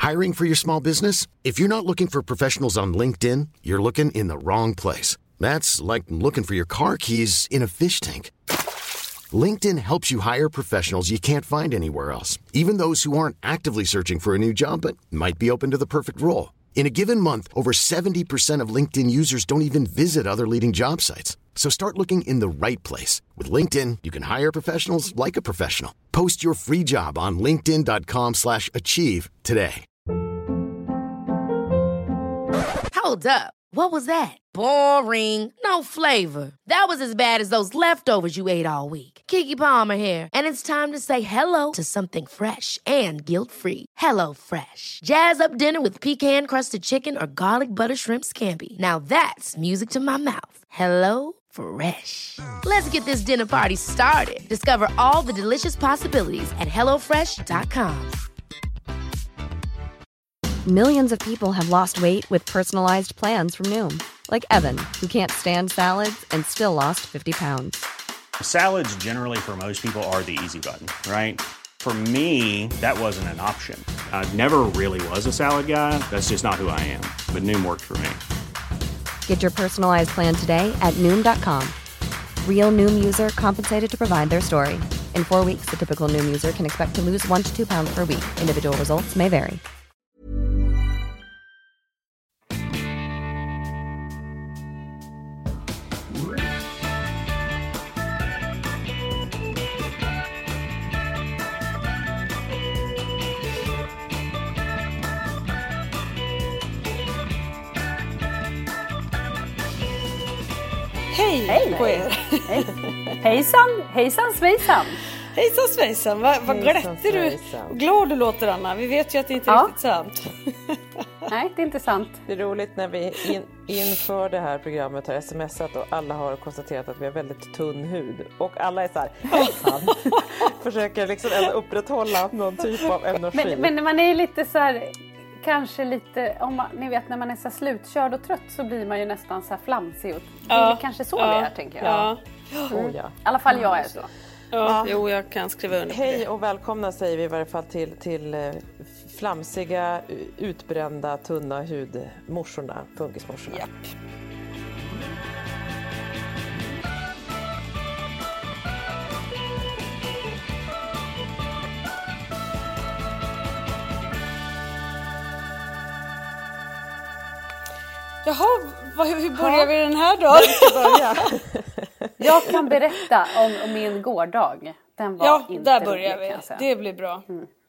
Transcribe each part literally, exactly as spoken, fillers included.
Hiring for your small business? If you're not looking for professionals on LinkedIn, you're looking in the wrong place. That's like looking for your car keys in a fish tank. LinkedIn helps you hire professionals you can't find anywhere else, even those who aren't actively searching for a new job but might be open to the perfect role. In a given month, over seventy percent of LinkedIn users don't even visit other leading job sites. So start looking in the right place. With LinkedIn, you can hire professionals like a professional. Post your free job on linkedin dot com slash achieve today. Hold up. What was that? Boring. No flavor. That was as bad as those leftovers you ate all week. Keke Palmer here. And it's time to say hello to something fresh and guilt-free. Hello Fresh. Jazz up dinner with pecan-crusted chicken or garlic butter shrimp scampi. Now that's music to my mouth. Hello Fresh. Let's get this dinner party started. Discover all the delicious possibilities at hello fresh dot com. Millions of people have lost weight with personalized plans from Noom. Like Evan, who can't stand salads and still lost fifty pounds. Salads generally for most people are the easy button, right? For me, that wasn't an option. I never really was a salad guy. That's just not who I am. But Noom worked for me. Get your personalized plan today at Noom dot com. Real Noom user compensated to provide their story. In four weeks, the typical Noom user can expect to lose one to two pounds per week. Individual results may vary. Hej, Hej på er. Hej. Hejsan, hejsan svejsan. Hejsan svejsan, vad, vad glättig du och glad du låter, Anna. Vi vet ju att det inte är Ja. riktigt sant. Nej, det är inte sant. Det är roligt när vi in, inför det här programmet har smsat och alla har konstaterat att vi har väldigt tunn hud. Och alla är så här, hejsan. Försöker liksom ändå upprätthålla någon typ av energi. Men, men man är lite så här, kanske lite, om man, ni vet när man är så slutkörd och trött så blir man ju nästan så här flamsig. Och det är Ja. kanske så Ja. det är, tänker jag. Ja. Oh, ja. I alla fall jag är så. Ja, jo, jag kan skriva under på Hej det. och välkomna säger vi i varje fall till, till eh, flamsiga, utbrända, tunna hudmorsorna, funkismorsorna. Japp. Jaha, vad, hur börjar Ja. vi den här dagen? Jag kan berätta om, om min gårdag. Den var Ja, inte där rolig, börjar kan vi. jag säga. Det blir bra.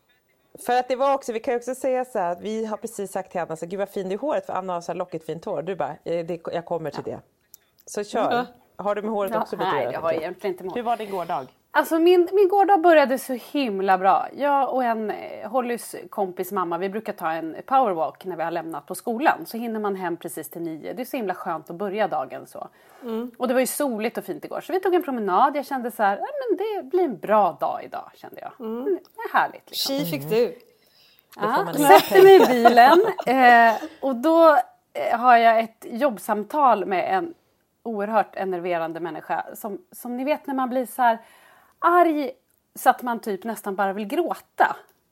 För att det var också, vi kan ju också säga så här att vi har precis sagt till Anna så gud vad fin det är håret för Anna har så här lockigt fint hår. Du bara, eh, det, jag kommer till det. Så kör. Ja. Har du med håret Ja, också lite nej, att göra, det har tänker jag? egentligen inte med. Hur var din gårdag? Alltså min, min gårdag började så himla bra. Jag och en eh, Hollys kompis mamma, vi brukar ta en powerwalk när vi har lämnat på skolan. Så hinner man hem precis till nio. Det är så himla skönt att börja dagen så. Mm. Och det var ju soligt och fint igår. Så vi tog en promenad. Jag kände så här, men det blir en bra dag idag, kände jag. Mm. Det är härligt liksom. Tji fick du. Ja, sätter mig i bilen eh, och då eh, har jag ett jobbsamtal med en oerhört enerverande människa. Som, som ni vet när man blir så här arg så att man typ nästan bara vill gråta.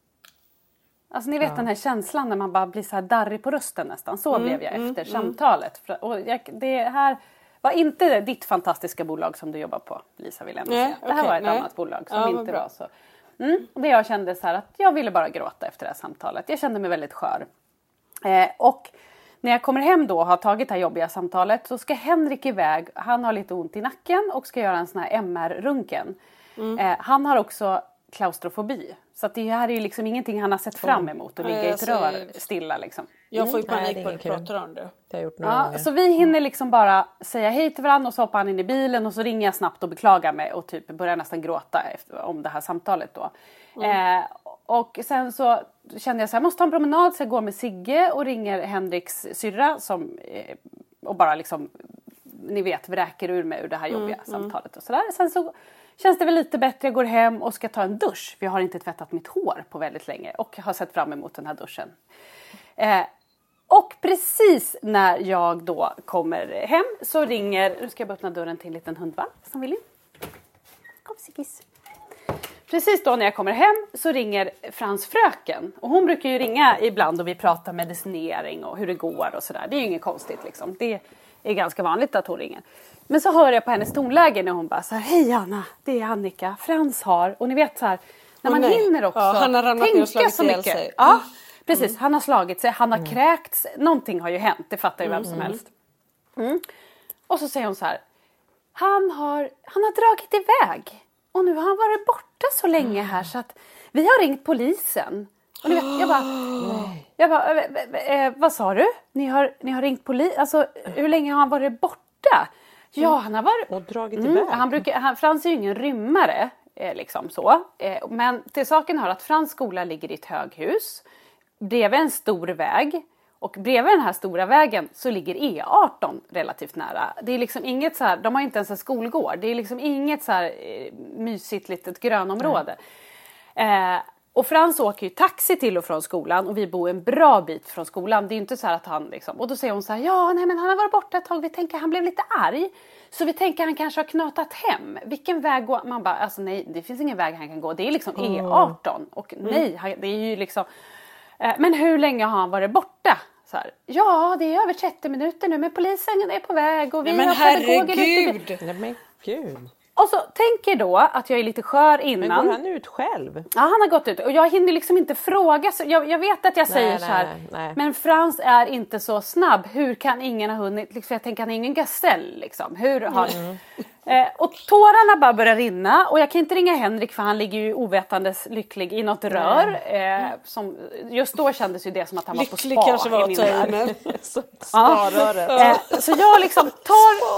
Alltså ni vet ja. Den här känslan när man bara blir så här darrig på rösten nästan. Så mm, blev jag efter mm, samtalet. Mm. Och jag, det här var inte ditt fantastiska bolag som du jobbar på, Lisa, vill jag säga. Det här okay, var ett nej. annat bolag som ja, inte var så... Mm, och det jag kände så här att jag ville bara gråta efter det här samtalet. Jag kände mig väldigt skör. Eh, och när jag kommer hem då och har tagit det här jobbiga samtalet så ska Henrik iväg. Han har lite ont i nacken och ska göra en sån här M R-röntgen. Mm. Eh, han har också klaustrofobi. Så att det här är ju liksom ingenting han har sett fram emot att ligga i ett alltså, rör stilla liksom. Jag får ju panik på att prata om det. Jag har gjort ja, så vi hinner liksom bara säga hej till varandra och så hoppar han in i bilen och så ringer jag snabbt och beklagar mig och typ börjar nästan gråta efter, om det här samtalet då. Mm. Eh, och sen så kände jag så här, jag måste ta en promenad så jag går med Sigge och ringer Henriks syrra som eh, och bara liksom, ni vet, vräker ur mig ur det här jobbiga mm, samtalet och sådär. Sen så känns det väl lite bättre, jag går hem och ska ta en dusch. För jag har inte tvättat mitt hår på väldigt länge och har sett fram emot den här duschen. Eh, och precis när jag då kommer hem så ringer, nu ska jag bara öppna dörren till en liten hundvalp som vill in. Kom Siggis. precis då när jag kommer hem så ringer Frans fröken. Och hon brukar ju ringa ibland och vi pratar medicinering och hur det går och sådär. Det är ju inget konstigt liksom. Det är ganska vanligt att hon ringer. Men så hör jag på hennes tonläge när hon bara så här: hej Anna, det är Annika. Frans har, och ni vet så här, när man oh, hinner också ja, han har ramlat ner och slagit så mycket. Sig. Ja, precis. Mm. Han har slagit sig, han har mm. kräkts. Någonting har ju hänt, det fattar ju vem som mm. helst. Mm. Och så säger hon så här: han har, han har dragit iväg. Och nu har han varit borta så länge här så att vi har ringt polisen. Och ni vet, jag bara, jag bara äh, äh, vad sa du? Ni har, ni har ringt polisen? Alltså hur länge har han varit borta? Ja, han har varit... Och dragit mm, iväg. Han brukar, han, Frans är ju ingen rymmare, eh, liksom så. Eh, men till saken hör att Frans skola ligger i ett höghus. Bredvid en stor väg. Och bredvid den här stora vägen så ligger E arton relativt nära. Det är liksom inget så här, de har inte ens en skolgård. Det är liksom inget så här eh, mysigt litet grönområde. Eh, och Frans åker ju taxi till och från skolan och vi bor en bra bit från skolan. Det är ju inte så här att han liksom, och då säger hon så här: ja nej men han har varit borta ett tag, vi tänker han blev lite arg. Så vi tänker han kanske har knatat hem. Vilken väg går, man bara alltså nej det finns ingen väg han kan gå. Det är liksom E arton och nej han, det är ju liksom, eh, men hur länge har han varit borta? Så här, ja det är över trettio minuter nu men polisen är på väg och vi nej, men har pedagoger herregud. ute. Nej men gud. Och så tänker då att jag är lite skör innan. Men går han ut själv? Ja, han har gått ut. Och jag hinner liksom inte fråga. Så jag, jag vet att jag säger nej, så här. Nej, nej. Men Frans är inte så snabb. Hur kan ingen ha hunnit? Liksom, jag tänker han är ingen gasell. Liksom. Hur har... Mm. Eh, och tårarna bara börjar rinna. Och jag kan inte ringa Henrik för han ligger ju ovetandes lycklig i något rör. Eh, som, just då kändes ju det som att han lycklig var på spa. Kanske var i min värld. Sparröret. Ja. Eh, så jag liksom tar...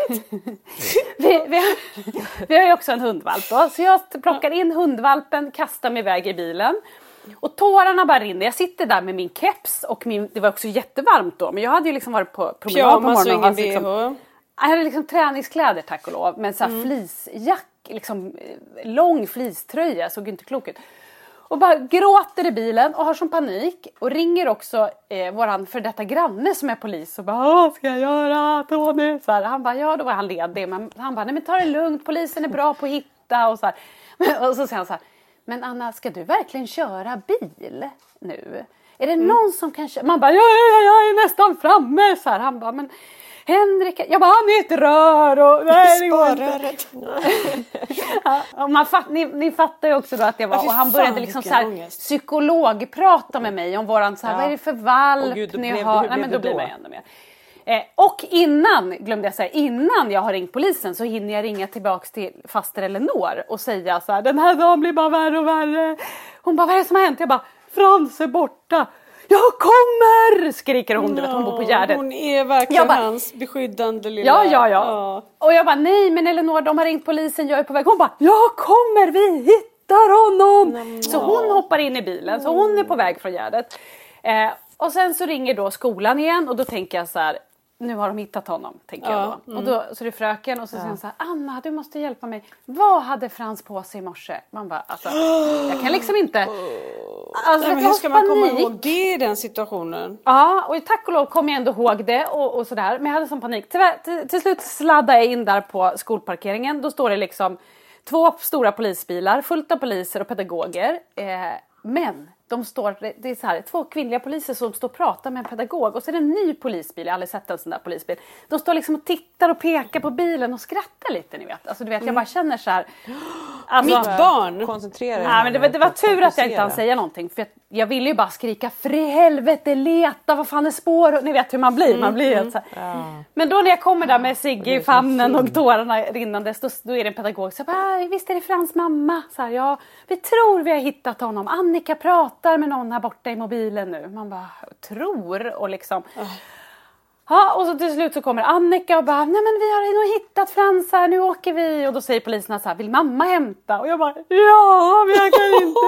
vi, vi, har, vi har ju också en hundvalp då. Så jag plockar in hundvalpen, kastar mig iväg i bilen. Och tårarna bara rinner. Jag sitter där med min keps och min, det var också jättevarmt då. Men jag hade ju liksom varit på promenad på morgonen. Och hade liksom, jag hade liksom träningskläder tack och lov. Men så här mm. fleecejack, liksom lång fleecetröja, såg inte klok ut. Och bara gråter i bilen och har som panik. Och ringer också eh, våran för detta granne som är polis. Och bara, vad ska jag göra Tony? Så här, han bara, ja då var han ledig. Men han bara, nej men ta det lugnt. Polisen är bra på att hitta. Och så, här. Och så säger han så här, men Anna ska du verkligen köra bil nu? Är det mm. någon som kan köra? Man bara, ja, ja, ja, jag är nästan framme. Så här, han bara, men... Henrik, jag bara, han är ett rör och nej, det går inte. Ja, och man fatt, ni, ni fattar ju också då att jag var, och han började liksom så här psykologprata med mig om våran så här, ja. Vad är det för valp Gud, ni blev, har? Nej men då blir man ännu mer. Eh, och innan, glömde jag säga, innan jag har ringt polisen så hinner jag ringa tillbaks till faster Eleanor och säga så här, den här dagen blir bara värre och värre. Hon bara, vad är det som har hänt? Jag bara, Frans är borta. Jag kommer! Skriker hon, du vet, hon bor på Gärdet. Hon är verkligen bara, hans beskyddande lilla... Ja, ja, ja, ja. Och jag bara, nej men Eleanor, de har ringt polisen, jag är på väg. Hon bara, jag kommer, vi hittar honom! Mm. Så hon hoppar in i bilen, så hon är på väg från Gärdet. Eh, och sen så ringer då skolan igen och då tänker jag så här, nu har de hittat honom, tänker ja, jag då. Mm. Och då så är det fröken och så ja. säger han så här, Anna du måste hjälpa mig. Vad hade Frans på sig i morse? Man bara, alltså, jag kan liksom inte... Alltså, nej, men hur ska man komma ihåg det i den situationen? Ja, och tack och lov kom jag ändå ihåg det och, och sådär. Men jag hade sån panik. Till, till, till slut sladdade jag in där på skolparkeringen. Då står det liksom två stora polisbilar, fullt av poliser och pedagoger. Eh, men... De står, det är så här, två kvinnliga poliser som står och pratar med en pedagog. Och så är det en ny polisbil, jag har aldrig sett en sån där polisbil. De står liksom och tittar och pekar på bilen och skrattar lite, ni vet. Alltså du vet, mm. jag bara känner så här. Alltså, mitt barn! Koncentrera ja, men det, var, det var tur att jag inte hann säga någonting. För jag, jag ville ju bara skrika, för i helvete, leta, vad fan är spår? Och ni vet hur man blir, man blir helt så här. Ja. Men då när jag kommer där med Sigge i famnen och tårarna rinnandes, då, då är det en pedagog så bara, visst är det Frans mamma? Så här, ja, vi tror vi har hittat honom. Annika pratar med någon här borta i mobilen nu. Man bara, tror och liksom... Uh. Ja, och så till slut så kommer Annika och bara, nej men vi har nog hittat Frans här, nu åker vi. Och då säger poliserna så här, vill mamma hämta? Och jag bara, ja men jag kan inte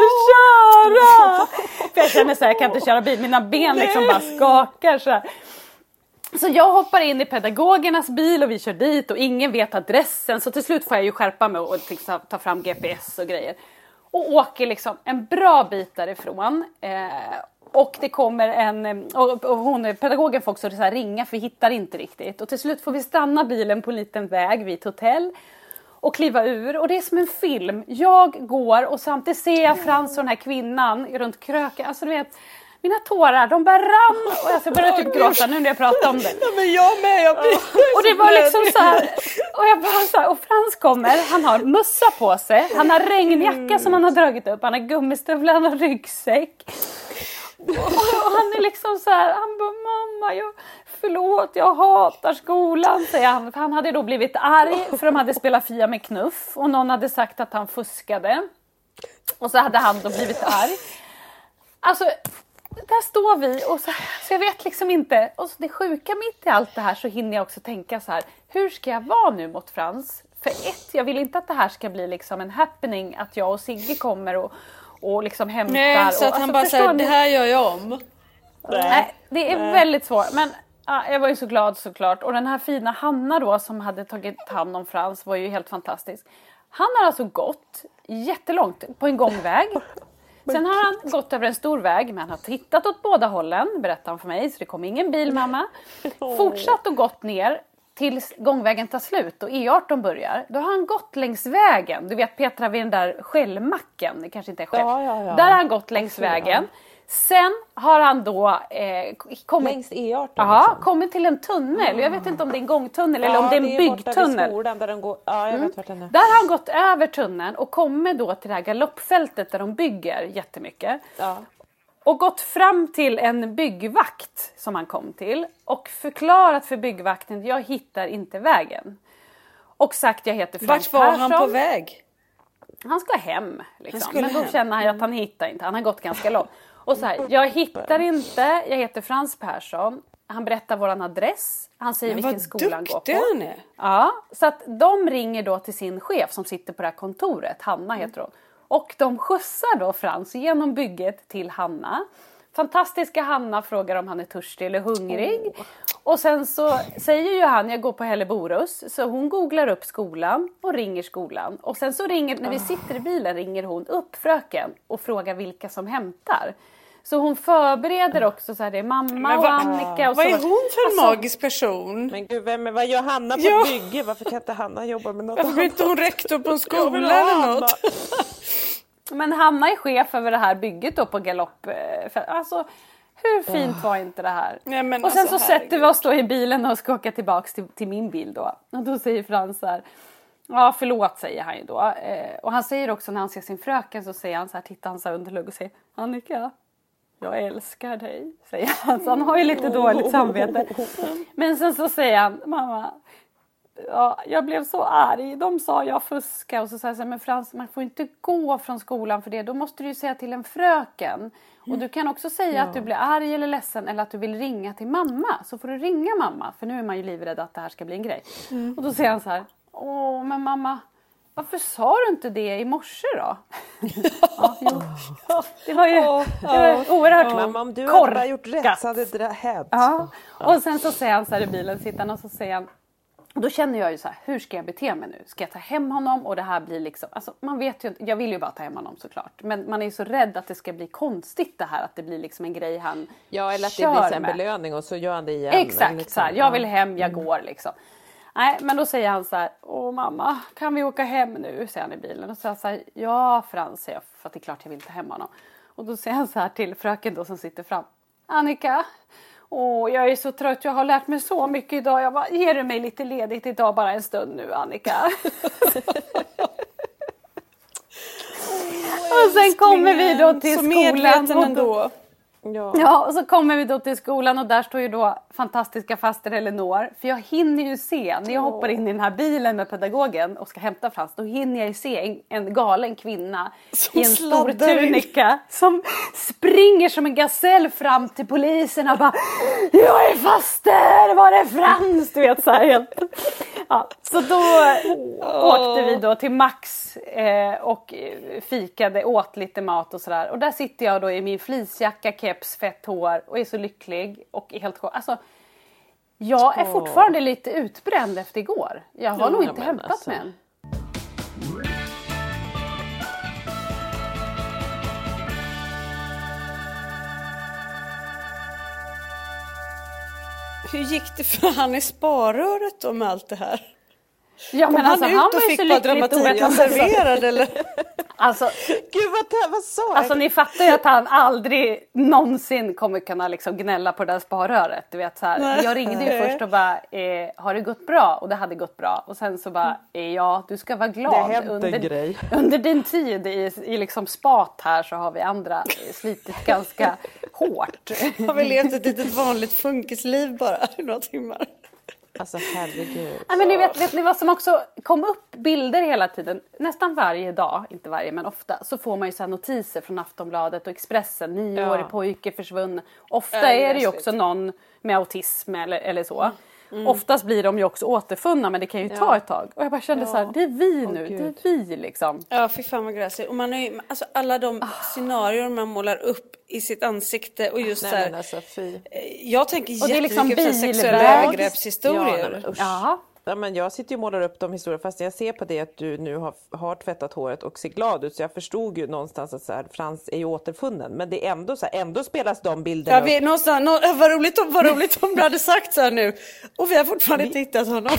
köra. För jag känner så här, jag kan inte köra bil, mina ben liksom bara skakar så här. Så jag hoppar in i pedagogernas bil och vi kör dit och ingen vet adressen. Så till slut får jag ju skärpa mig och liksom ta fram G P S och grejer. Och åker liksom en bra bit därifrån. Eh, och det kommer en... Och, och hon, pedagogen får också så här ringa för vi hittar inte riktigt. Och till slut får vi stanna bilen på en liten väg vid ett hotell. och kliva ur. Och det är som en film. Jag går och samtidigt ser jag Frans och den här kvinnan runt kröken. Alltså du vet, mina tårar, de bara rann. Och jag börjar typ gråta nu när jag pratar om det. Ja, men jag med, jag blir ja. Och det var liksom så här, och jag bara så här, och Frans kommer, han har mössa på sig. Han har regnjacka som han har dragit upp. Han har gummistövlar, han har ryggsäck. Och han är liksom så här, han bara, mamma, jag, förlåt, jag hatar skolan, säger han. För han hade då blivit arg för de hade spelat Fia med knuff. Och någon hade sagt att han fuskade. Och så hade han då blivit arg. Alltså, där står vi och så, så jag vet liksom inte. Och så det sjuka mitt i allt det här så hinner jag också tänka så här. Hur ska jag vara nu mot Frans? För ett, jag vill inte att det här ska bli liksom en happening. Att jag och Sigge kommer och, och liksom hämtar. Nej, så att och, han alltså, bara säger, det här gör jag om. Nej, det är väldigt svårt. Men ja, jag var ju så glad såklart. Och den här fina Hanna då som hade tagit hand om Frans var ju helt fantastisk. Han har alltså gått jättelångt på en gångväg. Sen har han gått över en stor väg, men han har tittat åt båda hållen, berättar han för mig, så det kom ingen bil, mamma. Fortsatt och gått ner tills gångvägen tar slut och E arton börjar. Då har han gått längs vägen, du vet Petra vid den där skällmacken, det kanske inte är skäll. Ja, ja, ja. Där har han gått längs vägen. Sen har han då eh, kommit, längs E arton. aha, liksom. kommit till en tunnel. Jag vet inte om det är en gångtunnel ja, eller om det är en det är byggtunnel. Skolan, där den går. Ja, jag Mm. vet vart den är. Där har han gått över tunneln och kommer då till det här galoppfältet där de bygger jättemycket. Ja. Och gått fram till en byggvakt som han kom till. Och förklarat för byggvakten att jag hittar inte vägen. Och sagt jag heter Frans Vart var Persson. han på väg? Han ska hem. Liksom. Han Men då hem. känner han ju att han hittar inte. Han har gått ganska långt. Och så här, jag hittar inte. Jag heter Frans Persson. Han berättar våran adress. Han säger Men vilken vad skola han går duktig på. han är. Ja, så att de ringer då till sin chef som sitter på det här kontoret. Hanna heter hon. Och de skjutsar då Frans genom bygget till Hanna. Fantastiska Hanna frågar om han är törstig eller hungrig. Oh. Och sen så säger ju han, jag går på Helleborus. Så hon googlar upp skolan och ringer skolan. Och sen så ringer, när vi sitter i bilen ringer hon upp fröken och frågar vilka som hämtar. Så hon förbereder också så här, det är mamma och Annika. Och vad så. är hon för en alltså, magisk person? Men gud, vem, vad gör Hanna på Ja. ett bygge? Varför kan inte Hanna jobba med något Varför blir annat? inte hon rektor på en Jag skola vill ha eller Hanna. något? Men Hanna är chef över det här bygget då på galopp. Alltså, hur fint var inte det här? Nej, men och sen alltså, så sätter herregud. vi oss då i bilen och ska åka tillbaka till, till min bil då. Och då säger Frans så här, ja förlåt säger han ju då. Eh, och han säger också när han ser sin fröken så säger han så här, tittar han så här under lugg och säger, Annika, jag älskar dig, säger han. Så han har ju lite dåligt samvete. Men sen så säger han, mamma, ja, jag blev så arg. De sa jag fuska. Och så säger jag, men Frans, man får inte gå från skolan för det. Då måste du ju säga till en fröken. Och du kan också säga ja. att du blir arg eller ledsen. Eller att du vill ringa till mamma. Så får du ringa mamma. För nu är man ju livrädd att det här ska bli en grej. Mm. Och då säger han så här, åh men mamma, varför sa du inte det i morse då? ja, jo. Det var ju oh, det var oh, oerhört oh. Mamma, om du korkat. hade bara gjort rätt så hade det hänt. Ja. Och sen så säger han så här i bilen, sitter han och så säger han, och då känner jag ju så här, hur ska jag bete mig nu? Ska jag ta hem honom? Och det här blir liksom, alltså man vet ju inte, jag vill ju bara ta hem honom såklart. Men man är ju så rädd att det ska bli konstigt det här, att det blir liksom en grej han Ja, eller att det kör blir så en med. belöning och så gör han det igen. Exakt, liksom. så här, jag vill hem, jag går liksom. Nej, men då säger han så här, åh mamma, kan vi åka hem nu? Säger han i bilen. Och så säger han så här, ja Frans, säger jag, för att det är klart jag vill ta hem honom. Och då säger han så här till fröken då som sitter fram, Annika, åh, jag är så trött, jag har lärt mig så mycket idag. Jag bara, ger du mig lite ledigt idag bara en stund nu, Annika? Och sen kommer vi då till så skolan. medveten ändå. Ja. Ja, och så kommer vi då till skolan och där står ju då fantastiska faster Elinor. För jag hinner ju se, när jag hoppar in i den här bilen med pedagogen och ska hämta Frans, då hinner jag ju se en, en galen kvinna som i en stor sladdar tunika som springer som en gasell fram till polisen och bara, jag är faster, var är Frans? Du vet så här helt. Ja, så då oh. åkte vi då till Max eh, och fikade, åt lite mat och sådär. Och där sitter jag då i min fleecejacka, keps, fett hår och är så lycklig och är helt skön. Alltså, jag är fortfarande oh. lite utbränd efter igår. Jag har ja, nog inte hämtat alltså. mig än. Hur gick det för han i sparröret då med allt det här? Ja, men alltså, han, han var ju så lyckligt ovetande eller? Alltså, Gud, vad, vad sa jag? Alltså ni fattar ju att han aldrig någonsin kommer kunna liksom gnälla på det där sparröret. Du vet så här. Jag ringde ju först och bara, eh, har det gått bra? Och det hade gått bra. Och sen så bara, eh, ja du ska vara glad. Under, under din tid i, i liksom spat här så har vi andra slitit ganska hårt. Har vi levt ett litet vanligt funkisliv bara i några timmar. Alltså herregud. Ja, men ni vet, vet ni vad som också kom upp bilder hela tiden. Nästan varje dag, inte varje men ofta. Så får man ju så här notiser från Aftonbladet och Expressen. Nioårig ja. pojke försvunnen. Ofta äh, är det ju också någon med autism eller, eller så. Mm. Mm. Oftast blir de ju också återfunna men det kan ju ja. ta ett tag. Och jag bara kände ja. så här, det är vi nu, oh, det är vi liksom. Ja, fy fan vad gräsligt. Och man är ju, alltså alla de oh. scenarier man målar upp i sitt ansikte och just så här. Alltså, jag tänker och jättemycket liksom på sexuella övergreppshistorier. Ja, ja. Ja, men jag sitter ju och målar upp de historier fast jag ser på det att du nu har, har tvättat håret och ser glad ut så jag förstod ju någonstans att så här, Frans är ju återfunnen men det är ändå så här, ändå spelas de bilderna ja, vi, någonstans, nå, vad, roligt om, vad roligt om du hade sagt så här nu och vi har fortfarande inte hittat honom.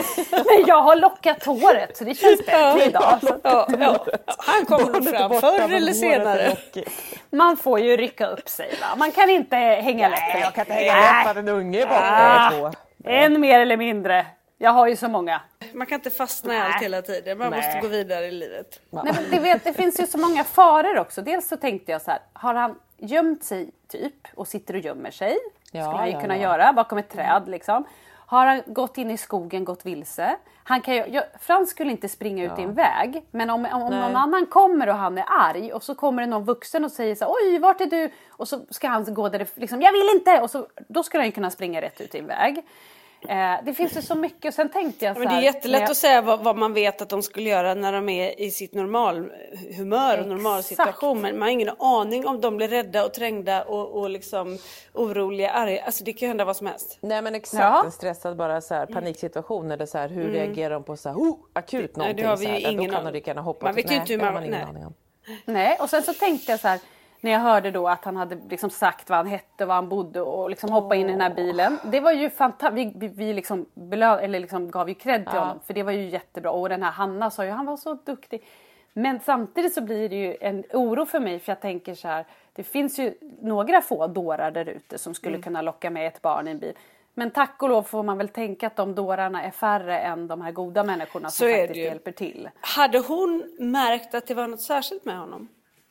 Men jag har lockat håret så det känns bättre ja, idag. Så. Ja, ja. Han kommer nog fram förr eller senare. Man får ju rycka upp sig va? Man kan inte hänga läpp. Nej, jag kan inte hänga läpp en unge ah, en mer eller mindre. Jag har ju så många. Man kan inte fastna i allt hela tiden. Man Nej. måste gå vidare i livet. Nej, men det, vet, det finns ju så många faror också. Dels så tänkte jag så här. Har han gömt sig typ och sitter och gömmer sig? Ja, skulle han ju ja, kunna ja. göra bakom ett träd liksom. Har han gått in i skogen, gått vilse? Han kan ju, jag, Frans skulle inte springa ut ja. i en väg. Men om, om, om någon annan kommer och han är arg. Och så kommer det någon vuxen och säger så här, oj vart är du? Och så ska han gå där det liksom, jag vill inte! Och så, då skulle han ju kunna springa rätt ut i en väg. Eh, det finns ju så mycket och sen tänkte jag så här, men det är jättelätt jag... att säga vad, vad man vet att de skulle göra när de är i sitt normal humör och normal situation. Men man har ingen aning om de blir rädda och trängda och, och liksom oroliga, arga. Alltså det kan ju hända vad som helst. Nej men exakt, ja. en stressad bara så här paniksituation eller så här, hur mm. reagerar de på så här, oh, akut någonting. Nej, det har vi ju ingen aning. Man vet ju inte hur man, man nej. nej, och sen så tänkte jag så här, när jag hörde då att han hade liksom sagt vad han hette, var han bodde och liksom hoppa in i den här bilen. Det var ju fantastiskt. Vi, vi liksom, belö- eller liksom gav ju cred till ja. honom. För det var ju jättebra. Och den här Hanna sa ju, han var så duktig. Men samtidigt så blir det ju en oro för mig. För jag tänker så här, det finns ju några få dårar där ute som skulle mm. kunna locka med ett barn i en bil. Men tack och lov får man väl tänka att de dårarna är färre än de här goda människorna som så faktiskt hjälper till. Hade hon märkt att det var något särskilt med honom?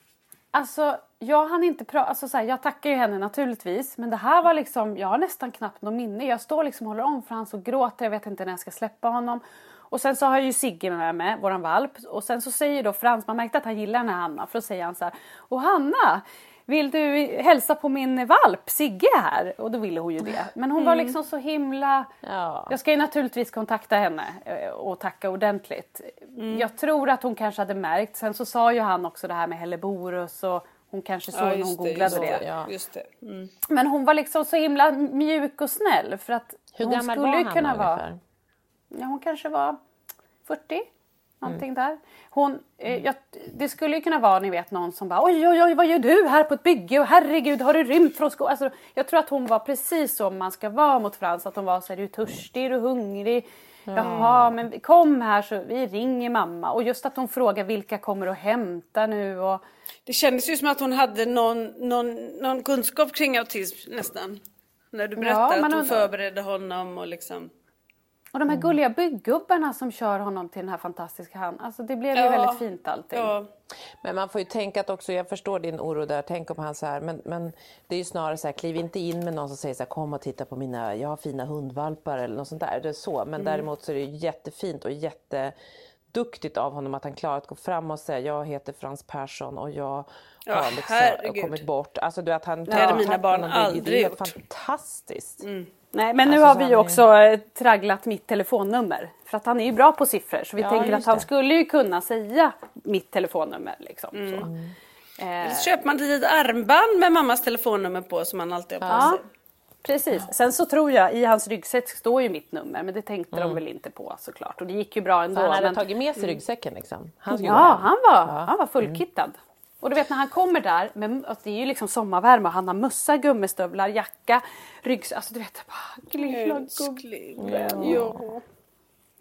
Alltså, jag hann inte prata, alltså så här, jag tackar ju henne naturligtvis. Men det här var liksom, jag har nästan knappt någon minne. Jag står liksom och håller om Frans och gråter, jag vet inte när jag ska släppa honom. Och sen så har jag ju Sigge med mig, våran valp. Och sen så säger då Frans, man märkte att han gillar den här Hanna. För då säger han så här, och Hanna, vill du hälsa på min valp Sigge här? Och då ville hon ju det. Men hon mm. var liksom så himla... Ja. Jag ska ju naturligtvis kontakta henne och tacka ordentligt. Mm. Jag tror att hon kanske hade märkt. Sen så sa ju han också det här med Helleborus och hon kanske såg ja, när hon googlade det. det. Ja. Just det. Mm. Men hon var liksom så himla mjuk och snäll. För att hur hon gammal skulle var han kunna vara? Ungefär? Ja, hon kanske var fyrtio. Någonting mm. där. Hon, eh, jag, det skulle ju kunna vara, ni vet, någon som bara oj, oj, oj, vad gör du här på ett bygge? Och herregud, har du rymt från skolan? Alltså, jag tror att hon var precis som man ska vara mot Frans. Att hon var så här, är du törstig, är du hungrig? Mm. Jaha, men kom här så vi ringer mamma. Och just att hon frågar vilka kommer att hämta nu. Och... Det kändes ju som att hon hade någon, någon, någon kunskap kring autism nästan. När du berättade ja, att hon undrar... förberedde honom och liksom... Och de här gulliga byggubbarna som kör honom till den här fantastiska han. Alltså det blev ju ja, väldigt fint allting. Ja. Men man får ju tänka att också, jag förstår din oro där, tänk om han så här, men, men det är ju snarare så här, kliv inte in med någon som säger så här, kom och titta på mina, jag har fina hundvalpar eller något sånt där. Det är så, men mm. däremot så är det ju jättefint och jätteduktigt av honom att han klarar att gå fram och säga, jag heter Frans Persson och jag ja, har liksom kommit bort. Alltså du att han det hade mina barn aldrig det är gjort. Fantastiskt. Mm. Nej, men nu alltså, har vi ju är... också tragglat mitt telefonnummer. För att han är ju bra på siffror. Så vi ja, tänker att han det. skulle ju kunna säga mitt telefonnummer. Liksom, mm. så. Mm. Eh... Så köper man ett litet armband med mammas telefonnummer på som man alltid har på ja, sig. Precis. Sen så tror jag, i hans ryggsäck står ju mitt nummer. Men det tänkte mm. de väl inte på såklart. Och det gick ju bra ändå. Så han hade men... tagit med sig ryggsäcken liksom? Han ja, han var, ja, han var fullkittad. Mm. Och du vet när han kommer där, med, alltså det är ju liksom sommarvärme och han har mössa, gummistövlar, jacka, ryggs... Alltså du vet, bara lilla gubben. Ja.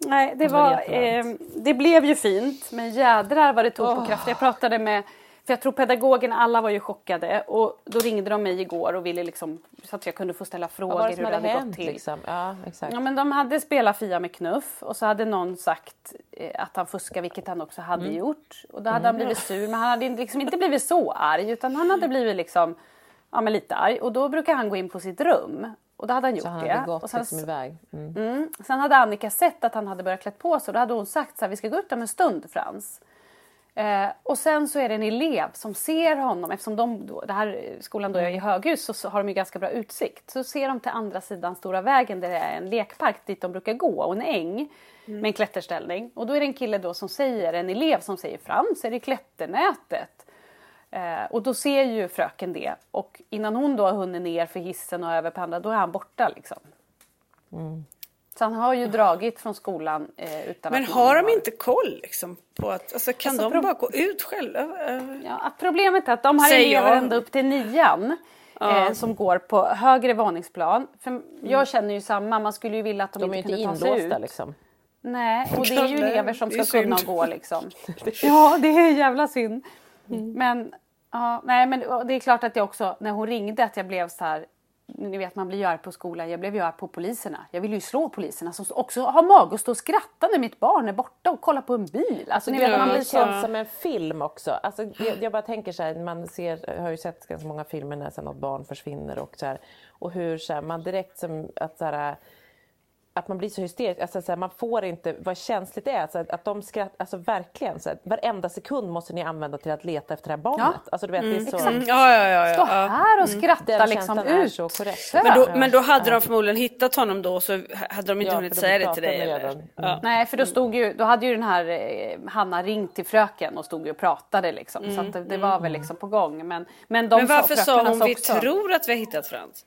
Nej, det, var, eh, det blev ju fint, men jädrar vad det tog oh. på kraft. Jag pratade med, för jag tror pedagogerna, alla var ju chockade. Och då ringde de mig igår och ville liksom, så att jag kunde få ställa frågor vad var det hur det hade hänt, gått till. Liksom? Ja, exakt. Ja, men de hade spelat Fia med knuff och så hade någon sagt eh, att han fuskar, vilket han också hade mm. gjort. Och då hade mm. han blivit sur, men han hade liksom inte blivit så arg, utan han hade blivit liksom, ja, men lite arg. Och då brukar han gå in på sitt rum. Och då hade han gjort så han det. hade gått och sen, liksom iväg. Mm. Mm, sen hade Annika sett att han hade börjat klätt på sig. Och då hade hon sagt så här, vi ska gå ut om en stund, Frans. Eh, och sen så är det en elev som ser honom. Eftersom de, då, det här skolan då är i höghus, så, så har de ju ganska bra utsikt. Så ser de till andra sidan stora vägen där det är en lekpark dit de brukar gå. Och en äng mm. med en klätterställning. Och då är det en kille då som säger, en elev som säger, Frans, är det klätternätet? Eh, och då ser ju fröken det. Och innan hon då har hunnit ner för hissen och över på andra, då är han borta liksom. Mm. Så han har ju dragit från skolan eh, utan men att... Men har de inte koll liksom på att... Alltså kan alltså, de pro- bara gå ut själva? Ja, problemet är att de har elever ända upp till nian. Ja. Eh, som går på högre våningsplan. För mm. jag känner ju samma, man skulle ju vilja att de, de inte kunde ta sig ut. De är inte inlåsta liksom. Nej, och det är ju elever som ska kunna gå liksom. Ja, det är jävla synd. Mm. Men, ja, nej, men det är klart att jag också, när hon ringde, att jag blev så här, ni vet man blir ju arg på skolan, jag blev ju arg på poliserna. Jag vill ju slå poliserna som också har mag att stå och skratta när mitt barn är borta och kolla på en bil. Alltså ni vet, ja, man blir det så... känns som en film också. Alltså, jag, jag bara tänker så här, man ser, jag har ju sett ganska många filmer när sen något barn försvinner och så här, och hur så här, man direkt som att så här, att man blir så hysterisk, alltså, så här, man får inte, vad känsligt det är, alltså, att de skrattar, alltså verkligen, så här, varenda sekund måste ni använda till att leta efter det här barnet. Ja. Alltså, du vet, mm. det är så... Exakt. Ja, ja, ja, ja. Stå här och skratta mm. liksom ut. Så korrekt. Men, då, men då hade de förmodligen hittat honom då, så hade de inte ja, hunnit säga det till dig. Eller? Mm. Ja. Nej, för då stod ju, då hade ju den här eh, Hanna ringt till fröken och stod ju och pratade liksom. Mm. Så att det, det var väl liksom på gång. Men, men, de men varför sa hon också, vi tror att vi har hittat Frans?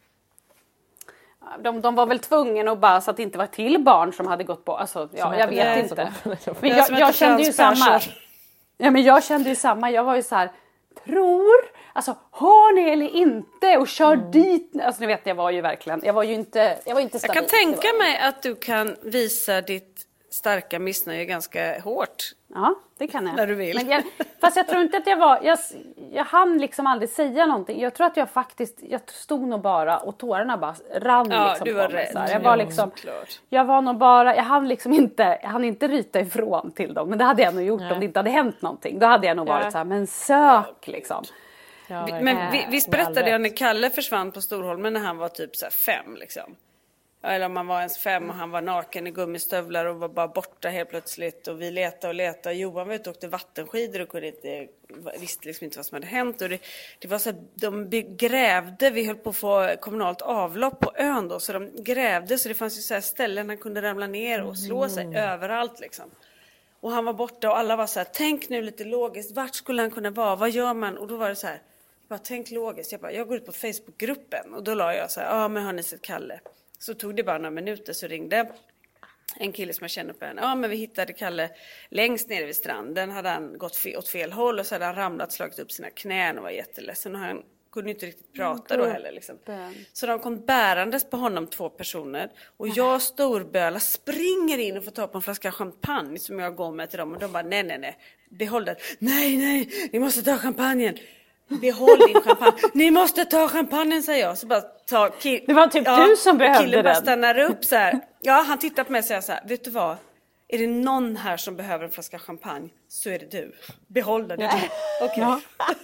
De, de var väl tvungna att bara så att det inte var till barn som hade gått på. Alltså, ja, jag vet inte. Men jag, jag, jag kände ju samma. Ja, men jag kände ju samma. Jag var ju så här, tror, alltså har ni eller inte och kör mm. dit. Alltså ni vet, jag var ju verkligen, jag var ju inte, jag var inte stabil. Jag kan tänka mig att du kan visa ditt starka missnöje ganska hårt. Ja, det kan jag. När du vill. Men jag, fast jag tror inte att jag var, jag, jag hann liksom aldrig säga någonting. Jag tror att jag faktiskt, jag stod nog bara och tårarna bara rann ja, liksom du var på mig. rädd. Jag var liksom, jag var nog bara, jag hann liksom inte, jag hann inte ryta ifrån till dem. Men det hade jag nog gjort. Nej. Om det inte hade hänt någonting. Då hade jag nog varit ja. så här, men sök liksom. Ja, men vi, visst berättade jag när Kalle försvann på Storholmen när han var typ så här fem liksom. Eller om man var ens fem och han var naken i gummistövlar och var bara borta helt plötsligt. Och vi letade och letade. Johan var ute och åkte vattenskidor och kunde inte, visste liksom inte vad som hade hänt. Och det, det var så att de grävde, vi höll på att få kommunalt avlopp på ön då. Så de grävde, så det fanns ju så här ställen han kunde ramla ner och slå sig mm. överallt liksom. Och han var borta och alla var så här, tänk nu lite logiskt, vart skulle han kunna vara, vad gör man? Och då var det så här, jag bara, tänk logiskt. Jag bara, jag går ut på Facebookgruppen och då la jag så här, ja ah, men har ni sett Kalle? Så tog det bara några minuter, så ringde en kille som jag känner på henne. Ja, men vi hittade Kalle längst nere vid stranden. Hade han gått fe- åt fel håll och så hade han ramlat, slagit upp sina knän och var jätteledsen. Och han kunde inte riktigt prata mm, då heller. Liksom. Så de kom bärandes på honom, två personer. Och jag, storböla, springer in och får ta på en flaska champagne som jag går med till dem. Och de bara, nej, nej, nej. Behåll det. Nej, nej, ni måste ta champagnen. Behåll din champagne. Ni måste ta champagnen, säger jag. Så bara ta ki- det var typ ja, du som behövde killen den. Bara stannar upp så här. Ja, han tittar på mig och säger så här, vet du vad? Är det någon här som behöver en flaska champagne, så är det du. Behåll den. Okej. Okay. Ja.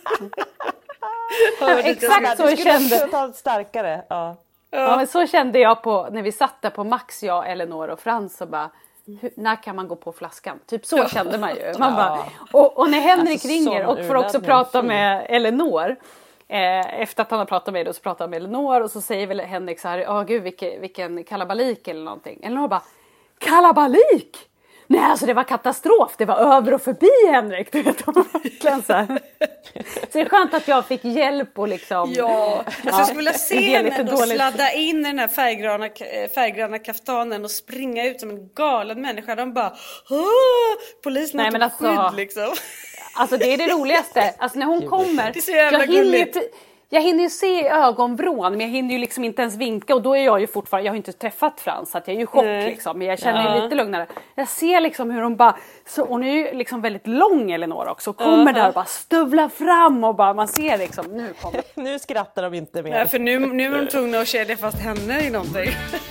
Ja, exakt så kände jag. Starkare. Ja. Ja, men så kände jag på när vi satt där på Max, jag, Elinor och Frans och bara, hur, när kan man gå på flaskan? Typ så kände man ju. Man bara, och, och när Henrik alltså, ringer och får också prata med Elinor. Eh, efter att han har pratat med dig så pratar han med Elinor. Och så säger väl Henrik så här, åh gud vilken, vilken kalabalik eller någonting. Elinor bara, kalabalik? Nej, alltså det var katastrof. Det var över och förbi, Henrik. Du vet, verkligen så här. Så det är skönt att jag fick hjälp och liksom... Ja, alltså jag skulle vilja se henne och sladda in i den här färggrana, färggrana kaftanen och springa ut som en galen människa. De bara, polisen har inte skydd liksom. Alltså det är det roligaste. Alltså när hon kommer... Det är så jävla jag hinner, ju, Jag hinner ju se ögonvrån, men jag hinner ju liksom inte ens vinka. Och då är jag ju fortfarande, jag har ju inte träffat Frans, så att jag är ju chock liksom. Men jag känner Ja. ju lite lugnare. Jag ser liksom hur hon bara, så, hon är ju liksom väldigt lång Elinor också. Kommer där och bara stövlar fram och bara, man ser liksom, nu kommer. Nu skrattar de inte mer. Ja, för nu, nu är de tvungna att kedja fast henne i någonting.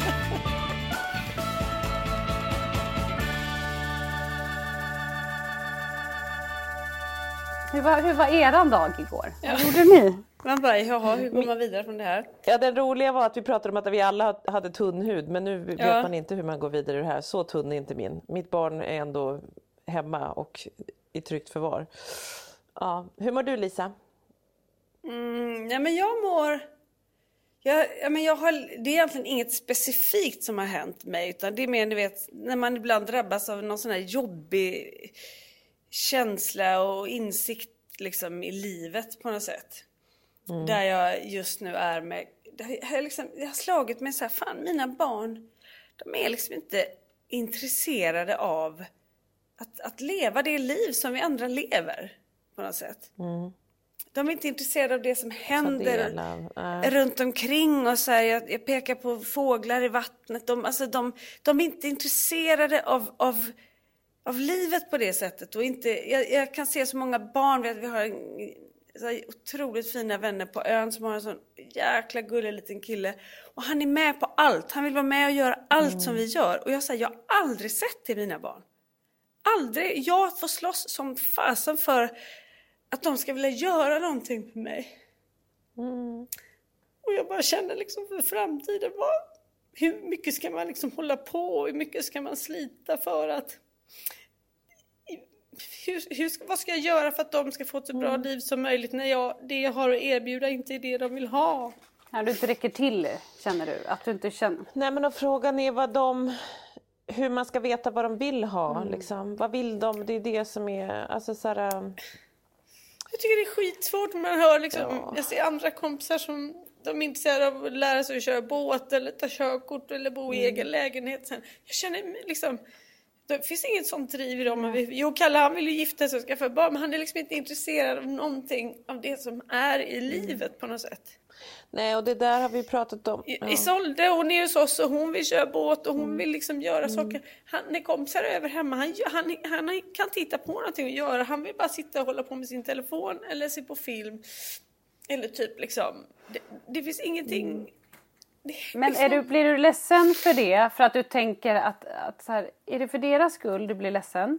Hur var, hur var eran dag igår? Vad gjorde ni? Man bara, jaha, hur går man vidare från det här? Ja, det roliga var att vi pratade om att vi alla hade tunn hud, men nu vet Ja. man inte hur man går vidare i det här. Så tunn är inte min. Mitt barn är ändå hemma och i tryggt förvar. Ja. Hur mår du, Lisa? Mm, ja, men jag mår... Jag, ja, men jag har, det är egentligen inget specifikt som har hänt mig, utan det är mer, du vet, när man ibland drabbas av någon sån här jobbig känsla och insikt liksom i livet på något sätt. Mm. Där jag just nu är med, jag har, liksom, jag har slagit mig så här, fan, mina barn, de är liksom inte intresserade av att, att leva det liv som vi andra lever på något sätt. Mm. De är inte intresserade av det som händer äh. runt omkring och så här, jag, jag pekar på fåglar i vattnet. De, alltså de, de är inte intresserade av, av, av livet på det sättet. Och inte, jag, jag kan se så många barn, vi har en, så här, otroligt fina vänner på ön som har en sån jäkla gullig liten kille. Och han är med på allt, han vill vara med och göra allt mm. som vi gör. Och jag säger, jag har aldrig sett det i mina barn. Aldrig, jag får slåss som fasen för att de ska vilja göra någonting för mig. Mm. Och jag bara känner liksom för framtiden. Vad, hur mycket ska man liksom hålla på? Hur mycket ska man slita för att... Hur, hur, vad ska jag göra för att de ska få ett så bra mm. liv som möjligt när jag, det jag har att erbjuda inte är det de vill ha? När du inte räcker till, känner du? Att du inte känner... Nej, men och frågan är vad de... Hur man ska veta vad de vill ha. Mm. Liksom. Vad vill de? Det är det som är... Alltså, så här, jag tycker det är skitsvårt när man hör liksom, ja. Jag ser andra kompisar som de är intresserade av att lära sig att köra båt eller ta körkort eller bo i mm. egen lägenhet sen. Jag känner liksom, det finns inget sånt driv i dem. Mm. Jo, Kalle, han vill ju gifta sig och skaffa barn, men han är liksom inte intresserad av någonting av det som är i livet på något sätt. Nej, och det där har vi pratat om. Ja. Isolde, hon är hos oss och hon vill köra båt och hon mm. vill liksom göra mm. saker. Han, när kompisar är över hemma, han, han, han kan titta på någonting och göra. Han vill bara sitta och hålla på med sin telefon eller se på film. Eller typ liksom, det, det finns ingenting... Mm. Det, Men liksom... är du, blir du ledsen för det? För att du tänker att, att så här, är det för deras skull du blir ledsen?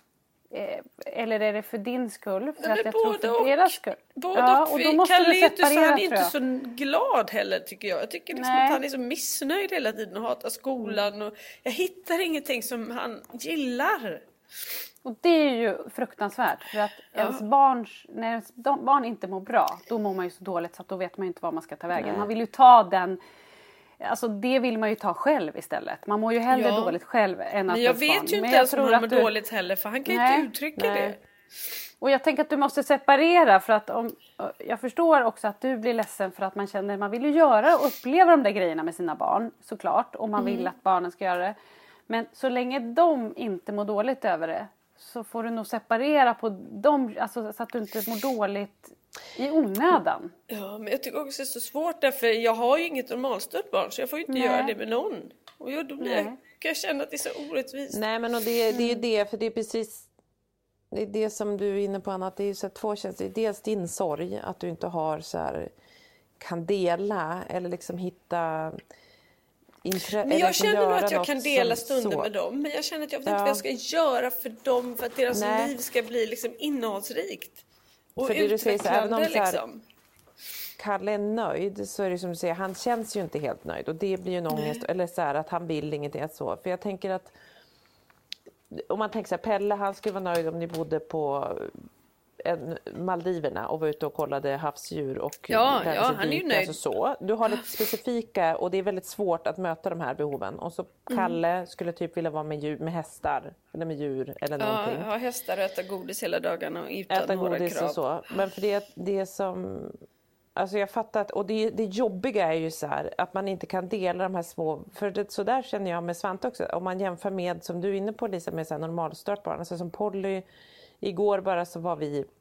Eller är det för din skull? För Nej, att jag både tror för och, deras skull. Både ja, och. och då måste Kalle du separera, han är inte så glad heller, tycker jag. Jag tycker liksom att han är så missnöjd hela tiden och hatar skolan. Och jag hittar ingenting som han gillar. Och det är ju fruktansvärt. För att ja. ens barns, när ens barn inte mår bra, då mår man ju så dåligt så att då vet man ju inte var man ska ta vägen. Nej. Man vill ju ta den... Alltså det vill man ju ta själv istället. Man mår ju hellre ja. dåligt själv än att... Men jag vet ju inte ens om han mår du... dåligt heller. För han kan Nej. inte uttrycka Nej. det. Och jag tänker att du måste separera. För att om... Jag förstår också att du blir ledsen för att man känner... Man vill ju göra och uppleva de där grejerna med sina barn. Såklart. Och man mm. vill att barnen ska göra det. Men så länge de inte mår dåligt över det. Så får du nog separera på dem. Alltså så att du inte mår dåligt... I onödan. Ja, men jag tycker också det är så svårt därför jag har ju inget normalstört barn så jag får ju inte Nej. göra det med någon. Och jag, då blir jag, kan jag känna att det är så orättvist. Nej, men och det, det är ju det, för det är precis det, är det som du är inne på, Anna, att det är ju så två känslor. Dels din sorg, att du inte har så här, kan dela eller liksom hitta intre- men jag känner nog att jag kan dela som, stunder så. med dem. Men jag känner att jag vet inte ja. vad jag ska göra för dem för att deras Nej. liv ska bli liksom innehållsrikt. Och för det du säger så, även om så här, liksom. Kalle är nöjd så är det som du säger, han känns ju inte helt nöjd och det blir ju en ångest, Nej. eller så här, att han vill ingenting så. För jag tänker att om man tänker så här, Pelle han skulle vara nöjd om ni bodde på en, Maldiverna och var ute och kollade havsdjur och ja, ja han är ju nöjd. Alltså så. Du har lite specifika och det är väldigt svårt att möta de här behoven och så Kalle mm. skulle typ vilja vara med, djur, med hästar eller med djur eller ja, någonting. Ja, hästar och äta godis hela dagarna och utan äta några godis krav. Och så. Men för det, det som alltså jag fattar att, och det, det jobbiga är ju så här att man inte kan dela de här små, för det, så där känner jag med Svante också, om man jämför med som du är inne på Lisa med så här normalstört barn, alltså som Polly igår bara så var vi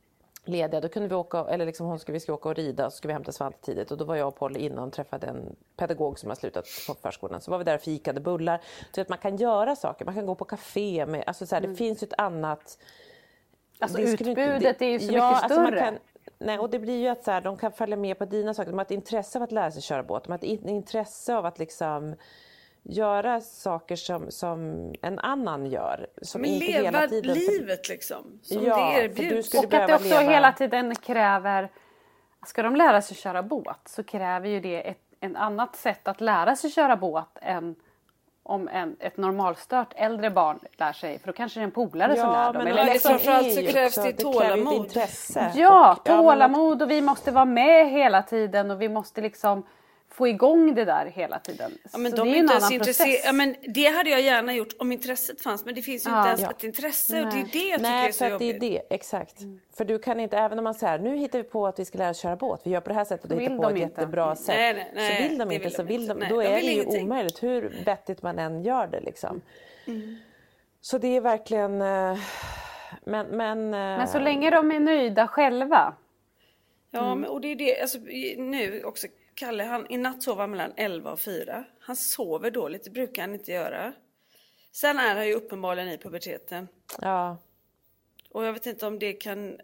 lediga, då kunde vi åka, eller liksom hon skulle, vi skulle åka och rida, så skulle vi hämta Svante tidigt, och då var jag och Polly innan och träffade en pedagog som har slutat på förskolan, så var vi där och fikade bullar, så att man kan göra saker, man kan gå på café med, alltså så här, det mm. finns ju ett annat, alltså utbudet inte, det, är ju så ja, mycket alltså större. Kan, nej, och det blir ju att så här, de kan följa med på dina saker, de har ett intresse av att lära sig köra båt, de har ett intresse av att liksom göra saker som, som en annan gör. Som men inte leva hela tiden, livet liksom. Som ja, det erbjuds. Och att det också leva. Hela tiden kräver, ska de lära sig köra båt så kräver ju det ett en annat sätt att lära sig köra båt än om en, ett normalstört äldre barn lär sig. För då kanske det är en polare ja, som lär dem. Men eller liksom, framförallt så krävs det tålamod. Det intresse. Ja, tålamod och vi måste vara med hela tiden och vi måste liksom få igång det där hela tiden. Ja, men så de det är är en inte annan process. Ja, men det hade jag gärna gjort om intresset fanns, men det finns ju ja, inte ens ja. ett intresse. Nej. Och det är det jag tycker Nej, är så för att det är jobbigt. det, exakt. Mm. För du kan inte, även om man säger nu hittar vi på att vi ska lära oss köra båt, vi gör på det här sättet och hittar på ett inte. jättebra sätt. Nej, nej, nej, så vill de inte, vill så vill de, nej, då de är vill det ju ingenting. omöjligt hur vettigt man än gör det liksom. Mm. Så det är verkligen, men... Men, men så länge de är nöjda själva. Ja, mm. men, och det är det, alltså, nu också Kalle, han, i natt sover han mellan elva och fyra. Han sover dåligt, det brukar han inte göra. Sen är han ju uppenbarligen i puberteten. Ja. Och jag vet inte om det kan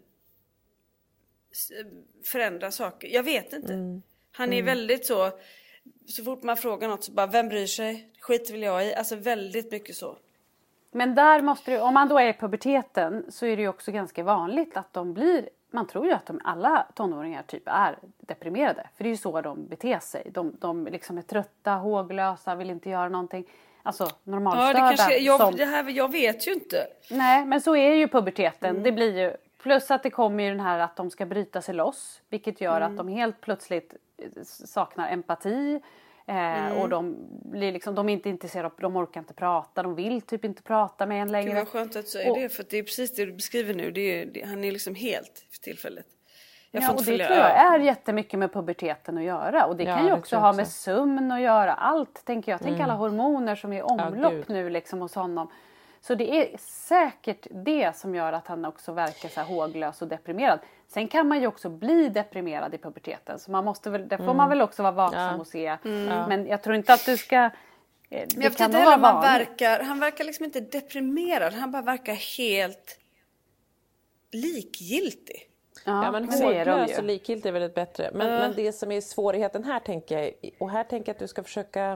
förändra saker. Jag vet inte. Mm. Han är mm. väldigt så, så fort man frågar något så bara, vem bryr sig? Skit vill jag i. Alltså väldigt mycket så. Men där måste du, om man då är i puberteten så är det ju också ganska vanligt att de blir, man tror ju att de, alla tonåringar typ är deprimerade. För det är ju så de beter sig. De, de liksom är trötta, håglösa, vill inte göra någonting. Alltså normalstörda. Ja, det kanske, jag, som, det här, jag vet ju inte. Nej, men så är ju puberteten. Mm. Det blir ju, plus att det kommer ju den här att de ska bryta sig loss. Vilket gör Mm. att de helt plötsligt saknar empati. Mm. Och de blir liksom, de är inte intresserade, de orkar inte prata, de vill typ inte prata med en längre. Det var skönt att du säger och, det, för det är precis det du beskriver nu. Det är, det, han är liksom helt för tillfället. Jag ja, får och inte det följa, tror jag ja. är jättemycket med puberteten att göra. Och det ja, kan ju det också ha med sömn att göra. Allt, tänker jag. Tänk Mm. alla hormoner som är i omlopp ja, nu liksom hos honom. Så det är säkert det som gör att han också verkar så här håglös och deprimerad. Sen kan man ju också bli deprimerad i puberteten. Så man måste väl, det får mm. man väl också vara vaksam ja. och se. Mm. Men jag tror inte att du ska... Det Men jag vet kan inte nog heller vara om han vanligt. verkar, han verkar liksom inte deprimerad. Han bara verkar helt likgiltig. Ja, Ja, men men det är de håglös ju. och likgiltig är väldigt bättre. Men, Uh. men det som är svårigheten här, tänker jag, och här tänker jag att du ska försöka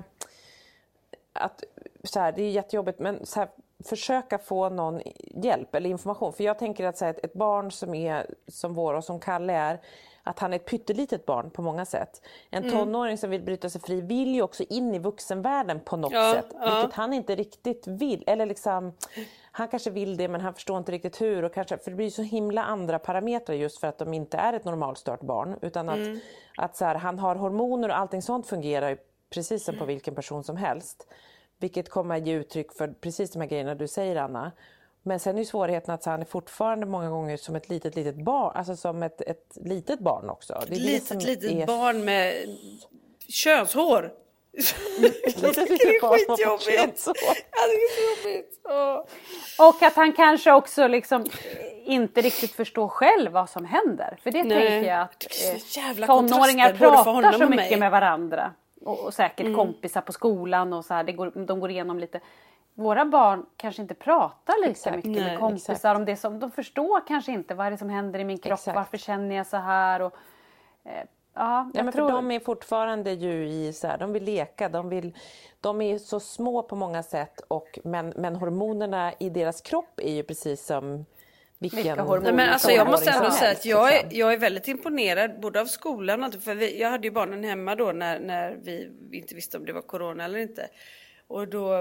att, så här, det är jättejobbigt, men så här, försöka få någon hjälp eller information. För jag tänker att så här, ett, ett barn som är som vår och som Kalle är, att han är ett pyttelitet barn på många sätt. En tonåring mm. som vill bryta sig fri vill ju också in i vuxenvärlden på något ja, sätt. Ja. Vilket han inte riktigt vill. Eller liksom, han kanske vill det men han förstår inte riktigt hur. Och kanske, för det blir så himla andra parametrar just för att de inte är ett normalstört barn. Utan att, Mm. att så här, han har hormoner och allting sånt fungerar ju precis som på vilken person som helst. Vilket kommer att ge uttryck för precis de här grejerna du säger, Anna. Men sen är ju svårigheten att han är fortfarande många gånger som ett litet, litet barn. Alltså som ett, ett litet barn också. Det är Ett det litet, som litet är... barn med könshår. Litet, Jag tycker det är skitjobbigt. Jag tycker det är så jobbigt. Åh. Och att han kanske också liksom inte riktigt förstår själv vad som händer. För det Nej. tänker jag att Det är så jävla eh, tonåringar kontraster, både för pratar honom så och mycket mig. med varandra. Och, och säkert Mm. kompisar på skolan och så här, det går, de går igenom lite. Våra barn kanske inte pratar lika Exakt. mycket Nej, med kompisar exakt. om det som, de förstår kanske inte vad är det som händer i min kropp, Exakt. varför känner jag så här och eh, ja, Ja, jag men tror... för de är fortfarande ju i så här, de vill leka, de vill, de är så små på många sätt och men, men hormonerna i deras kropp är ju precis som vilken Vilka hormoner? Nej, men alltså jag måste ändå som säga helst, att jag är, liksom. jag är väldigt imponerad både av skolan och för vi, jag hade ju barnen hemma då när, när vi inte visste om det var corona eller inte. Och då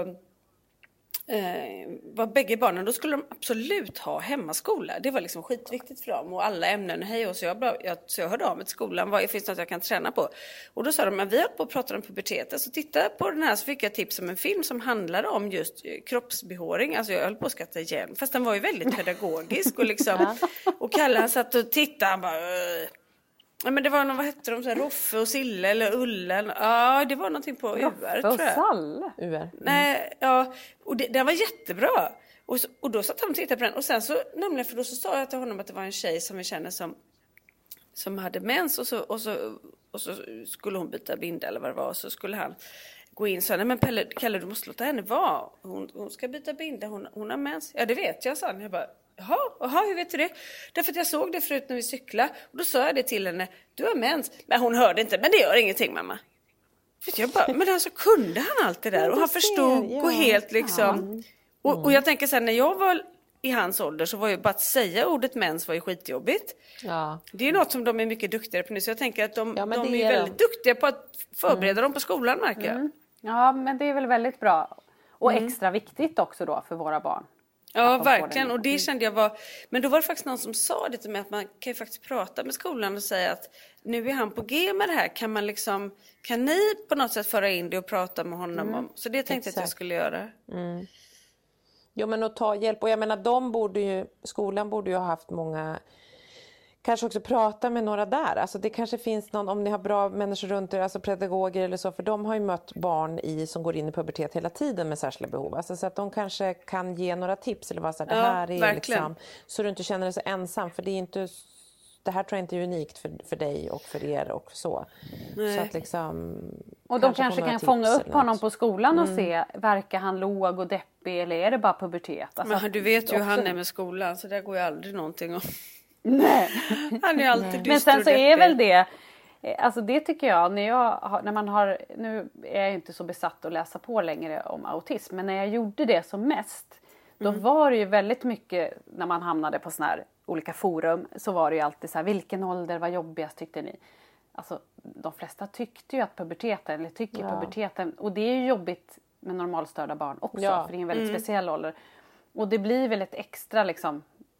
eh, var bägge barnen, då skulle de absolut ha hemmaskola. Det var liksom skitviktigt för dem och alla ämnen. Hej, och så jag, bara, jag, så jag hörde av mig till skolan, vad finns det något jag kan träna på? Och då sa de, men vi har på att prata om puberteten, så titta på den här, så fick jag tips om en film som handlade om just kroppsbehåring. Alltså jag höll på att skratta igen, fast den var ju väldigt pedagogisk och liksom, och Kalle han satt och tittade, han bara, Åh. Ja, men det var någon, vad hette de, så här, Roffe och Sille eller Ullen. Ja, det var någonting på U R, tror jag. Salle? U R. Mm. Nej, ja, och det, den var jättebra. Och, så, och då satt han och tittade på den. Och sen så, nämligen, för då så sa jag till honom att det var en tjej som vi känner som, som hade mens. Och så, och, så, och så skulle hon byta binda eller vad det var. Och så skulle han gå in och sa, nej men Pelle, Kalle, du måste låta henne vara. Hon, hon ska byta binda, hon, hon har mens. Ja, det vet jag, sa han. Jag bara, jaha, jaha, hur vet du det? Därför att jag såg det förut när vi cyklade. Och då sa jag det till henne, du har mens. Men hon hörde inte, men det gör ingenting, mamma. Jag bara, men alltså kunde han allt det där? Och han förstod ja. och helt liksom... Mm. Och, och jag tänker så här, när jag var i hans ålder så var ju bara att säga ordet mens var ju skitjobbigt. Ja. Det är ju något som de är mycket duktigare på nu. Så jag tänker att de, ja, de är, är väldigt de. duktiga på att förbereda mm. dem på skolan, märker jag. Mm. Ja, men det är väl väldigt bra. Och mm. extra viktigt också då för våra barn. Ja, verkligen. Och det kände jag var... Men då var det faktiskt någon som sa det till mig att man kan ju faktiskt prata med skolan och säga att nu är han på G med det här. Kan man liksom... Kan ni på något sätt föra in det och prata med honom mm. om? Så det tänkte jag att jag skulle göra. Mm. Jo, men att ta hjälp. Och jag menar, de borde ju... Skolan borde ju ha haft många... Kanske också prata med några där. Alltså det kanske finns någon, om ni har bra människor runt er, alltså pedagoger eller så, för de har ju mött barn i, som går in i pubertet hela tiden med särskilda behov. Alltså så att de kanske kan ge några tips eller vad så här, det här ja, är verkligen. Liksom, så du inte känner dig så ensam, för det är inte, det här tror jag inte är unikt för, för dig och för er och så. Nej. Så att liksom, och de kanske, kanske kan fånga upp honom på skolan och mm. se, verkar han låg och deppig eller är det bara pubertet? Alltså, men du vet ju hur han är med skolan, så där går ju aldrig någonting om. Nej. Han är alltid dyster. Men sen så är väl det, alltså det tycker jag, när jag har, när man har, nu är jag inte så besatt att läsa på längre om autism, men när jag gjorde det som mest, då mm. var det ju väldigt mycket, när man hamnade på såna här olika forum, så var det ju alltid så här, vilken ålder var jobbigast tyckte ni? Alltså de flesta tyckte ju att puberteten, eller tycker ja. puberteten, och det är ju jobbigt med normalstörda barn också, ja. för det är en väldigt mm. speciell ålder. Och det blir väl ett extra liksom,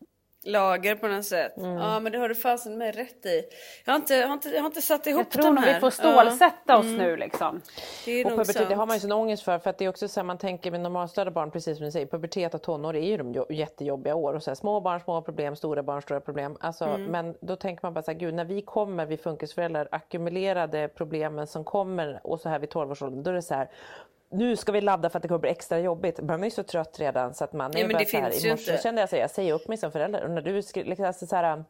lager på något sätt. Mm. Ja, men det har du fasen med rätt i. Jag har inte, jag har inte, jag har inte satt ihop de här. Jag tror nog vi får stålsätta ja. oss mm. nu liksom. Det är och pubertet, det har man ju sån ångest för. För att det är också så här, man tänker med normalstörda barn, precis som ni säger, pubertet och tonår är ju de jättejobbiga år. Och så här, små barn, små problem, stora barn, stora problem. Alltså, mm. Men då tänker man bara så här, gud, när vi kommer, vi funkisföräldrar, ackumulerade problemen som kommer och så här vid tolv-årsåldern, då är det så här, nu ska vi ladda för att det kommer bli extra jobbigt. Man är ju så trött redan så att man är ja, men det så här, finns i morse inte. Kände jag säga, jag säger upp mig som förälder. Och när du skri- liksom, så här,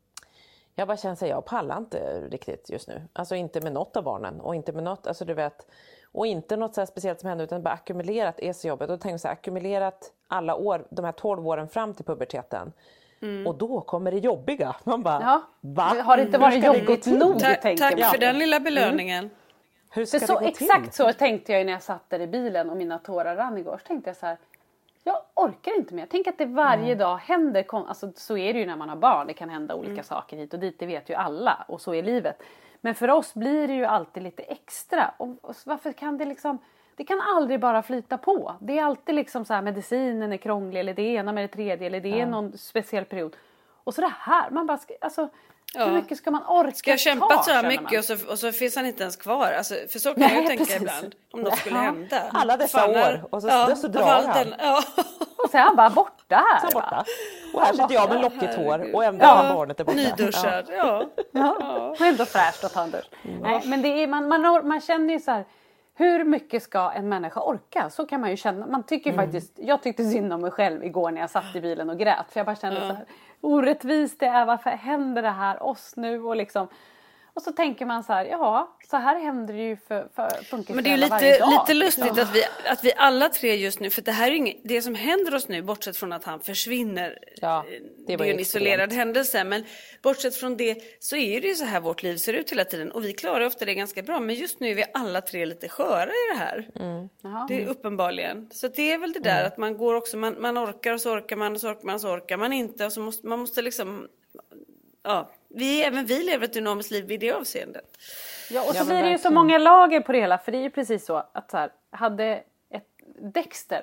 jag bara känner att jag pallar inte riktigt just nu. Alltså inte med något av barnen och inte med något, alltså du vet, och inte något så här speciellt som händer, utan bara ackumulerat är så jobbigt. Och då tänker jag så här, ackumulerat alla år, de här tolv åren fram till puberteten. Mm. Och då kommer det jobbiga. Man bara, ja. va? Har det inte varit jobbigt nog? Ta- tänker tack man. för den lilla belöningen. Mm. Hur ska för det så gå exakt till? så tänkte jag när jag satt där i bilen och mina tårar rann igår. Så tänkte jag så här, jag orkar inte mer. Tänk att det varje mm. dag händer, alltså så är det ju när man har barn. Det kan hända olika mm. saker hit och dit, det vet ju alla. Och så är livet. Men för oss blir det ju alltid lite extra. Och, och varför kan det liksom, det kan aldrig bara flyta på. Det är alltid liksom så här, medicinen är krånglig eller det ena med det tredje eller det är mm. någon speciell period. Och så det här, man bara, alltså... Ja. Hur mycket ska man orka Ska jag kämpa ta, så här mycket och så, och så finns han inte ens kvar. Alltså, för så kan Nej, jag ju tänka precis. ibland. Om något skulle hända. Alla dessa Fan, år. Och så, ja, så drar han. Ja. Och så är han bara borta här. Så borta. Och här sitter jag med lockigt hår. Och ändå ja. barnet är borta. Nyduschad. Ja. Ja. Ja. Och ändå fräscht att ta en dusch. Mm. Nej, men det är, man, man, man känner ju så här. Hur mycket ska en människa orka? Så kan man ju känna. Man tycker mm. faktiskt, jag tyckte synd om mig själv igår när jag satt i bilen och grät. För jag bara kände ja. så här, orättvist det är, varför händer det här oss nu? Och liksom, och så tänker man så här, ja, så här händer det ju för, för funkisföräldrar. Men det är ju lite, lite lustigt ja. att, vi, att vi alla tre just nu, för det här är inget, det som händer oss nu, bortsett från att han försvinner, ja, det, det är ju en isolerad händelse, men bortsett från det så är det ju så här vårt liv ser ut hela tiden, och vi klarar ofta det ganska bra, men just nu är vi alla tre lite sköra i det här. Mm. Det är uppenbarligen. Så det är väl det där mm. att man går också, man, man orkar och så orkar man och så orkar man och så orkar man inte, och så måste man måste liksom, ja, vi, även vi lever ett dynamiskt liv i det avseendet. Ja, och så ja, blir det ju verkligen. så många lager på det hela. För det är ju precis så att så här, hade ett Dexter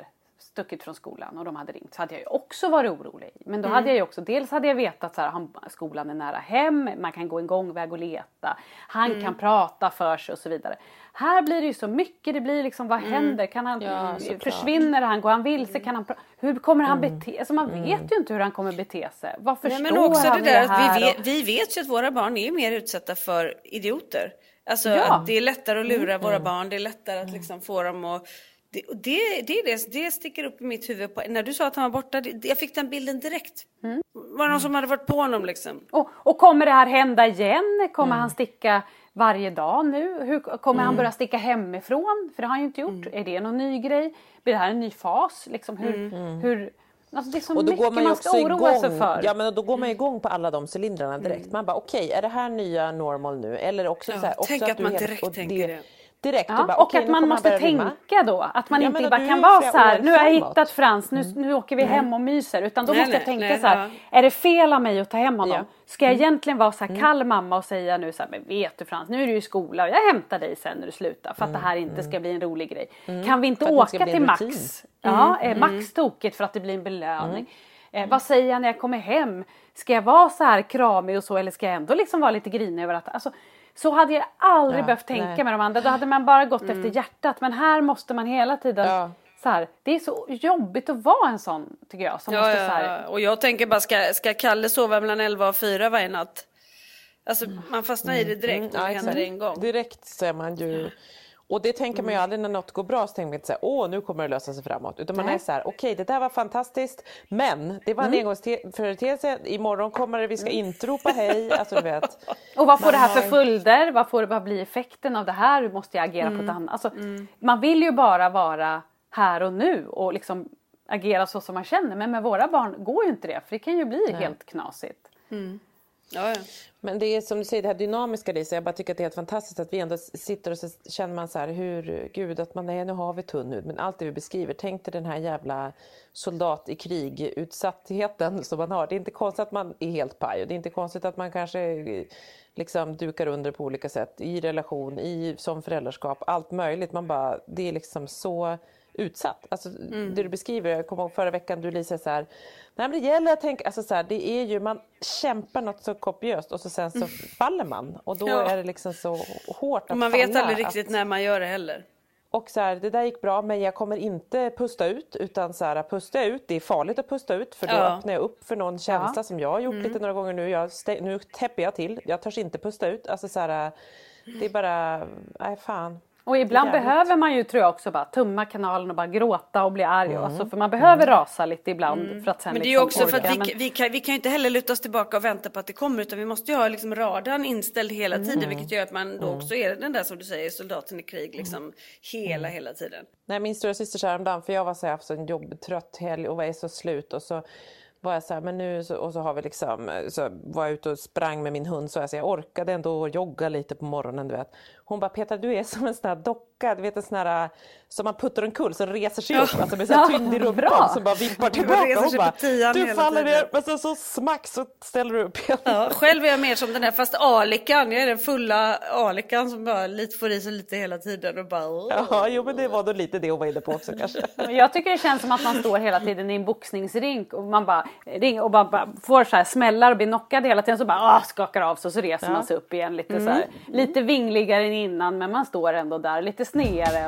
stuckit från skolan och de hade ringt så hade jag ju också varit orolig. Men då Mm. hade jag ju också, dels hade jag vetat så här, han, skolan är nära hem, man kan gå en gångväg och leta. Han Mm. kan prata för sig och så vidare. Här blir det ju så mycket, det blir liksom, vad händer? Kan han, Ja, såklart. försvinner han, går han vilse? Kan han, pra- hur kommer han bete sig? Alltså man vet ju inte hur han kommer bete sig. Vad förstår Nej, men också han det i där det här? att vi vet, och- vi vet ju att våra barn är mer utsatta för idioter. Alltså Ja. att det är lättare att lura våra barn, det är lättare att liksom få dem att... Det, och det, det, är det, det sticker upp i mitt huvud. På, när du sa att han var borta, det, jag fick den bilden direkt. Var det någon som hade varit på honom liksom? Och, och kommer det här hända igen? Kommer han sticka varje dag nu? Hur, kommer han börja sticka hemifrån? För det har han ju inte gjort. Är det någon ny grej? Blir det här en ny fas? Liksom hur... hur alltså det är så Och då mycket går man ju man också ska oroa sig igång, för. ja, men då går man igång på alla de cylindrarna direkt. Man bara okej, är det här nya normal nu? Eller också Ja, så här, också tänk att du man helt- direkt och tänker det. Direkt, Ja, du bara, och okej, att nu man kommer måste börja rymma. tänka då. Att man Ja, inte men bara du kan är vara flera så här. år Nu har jag framåt. hittat Frans. Nu, nu åker vi hem och myser. Utan då Nej, måste jag nej, tänka nej, så här. ja. Är det fel av mig att ta hem honom? Ja. Ska jag egentligen vara så här kall mamma och säga nu så här. Men vet du Frans, nu är du i skola. Och jag hämtar dig sen när du slutar. För att det här inte ska bli en rolig grej. Kan vi inte För att det ska åka bli till en Max? rutin. Ja, är Max tokigt för att det blir en belöning? Eh, vad säger jag när jag kommer hem? Ska jag vara så här kramig och så? Eller ska jag ändå liksom vara lite grinig över att... Alltså, så hade jag aldrig Ja, behövt tänka nej. med de andra. Då hade man bara gått efter hjärtat. Men här måste man hela tiden... Ja. Så här, det är så jobbigt att vara en sån, tycker jag. Som Ja, måste, ja, så här, ja. Och jag tänker bara, ska, ska Kalle sova mellan elva och fyra varje natt? Alltså man fastnar i det direkt när Ja, det exakt. händer en gång. Direkt så är man ju... Och det tänker man ju aldrig när något går bra, så tänker man inte så här, åh nu kommer det lösa sig framåt. Utan man Nej. är så här, okej det där var fantastiskt, men det var en engångsföreteelse, imorgon kommer det, vi ska inte ropa hej, alltså du vet. och vad får man det här för har- följder? Vad, får, vad blir effekten av det här? Hur måste jag agera på ett annat? Alltså, man vill ju bara vara här och nu och liksom agera så som man känner. Men med våra barn går ju inte det. För det kan ju bli helt knasigt. Ja, ja. Men det är som du säger, det här dynamiska Lisa, jag bara tycker att det är helt fantastiskt att vi ändå sitter och så känner man så här, hur, gud att man, nej nu har vi tunn hud, men allt det vi beskriver, tänk dig den här jävla soldat i krig utsattheten som man har. Det är inte konstigt att man är helt paj och det är inte konstigt att man kanske liksom dukar under på olika sätt i relation, i som föräldraskap, allt möjligt. Man bara, det är liksom så utsatt. Alltså Mm. det du beskriver, jag kommer ihåg förra veckan du Lisa så här, nej men det gäller att tänka, alltså så här, det är ju, man kämpar något så kopiöst och så sen så faller man och då Mm. Ja. är det liksom så hårt att Och man falla. vet aldrig riktigt att, när man gör det heller. och så här, det där gick bra men jag kommer inte pusta ut, utan så här, pusta jag ut, det är farligt att pusta ut för då Ja. öppnar jag upp för någon känsla Ja. som jag har gjort lite några gånger nu, jag stä- nu täpper jag till, jag törs inte pusta ut, alltså så här, det är bara, nej fan. Och ibland Jävligt. behöver man ju, tror jag också, bara tumma kanalen och bara gråta och bli arg. Alltså, för man behöver rasa lite ibland för att sen Men det är ju liksom också för orka. att vi, Men- vi, kan, vi kan ju inte heller luta oss tillbaka och vänta på att det kommer, utan vi måste ju ha liksom radarn inställd hela tiden, vilket gör att man då också är den där som du säger, soldaten i krig liksom hela, hela tiden. Nej, min stora syster så häromdagen, för jag var så här, haft så en jobbtrött helg och var så slut och så var jag så här, men nu så, och så har vi liksom, så var jag ute och sprang med min hund så jag, så jag orkade ändå jogga lite på morgonen, du vet. Hon bara, Petra du är som en sån här docka, du vet en sån här som man puttar en kull så reser sig upp, alltså med så här tyngd i rumpan bra. som bara vippar Man tillbaka. reser Hon sig bara, på tian du hela faller tiden. ner, men så, så smack så ställer du upp igen. Ja, själv är jag mer som den här, fast alikan, jag är den fulla alikan som bara lite får i sig lite hela tiden och bara... åh. Ja, jo men det var då lite det hon var inne på också kanske. Jag tycker det känns som att man står hela tiden i en boxningsrink och man bara ring och bara, bara får så här smällar och blir knockad hela tiden, så bara ah, skakar av sig och så reser man sig upp igen lite så här, lite vingligare än innan, men man står ändå där lite snedare.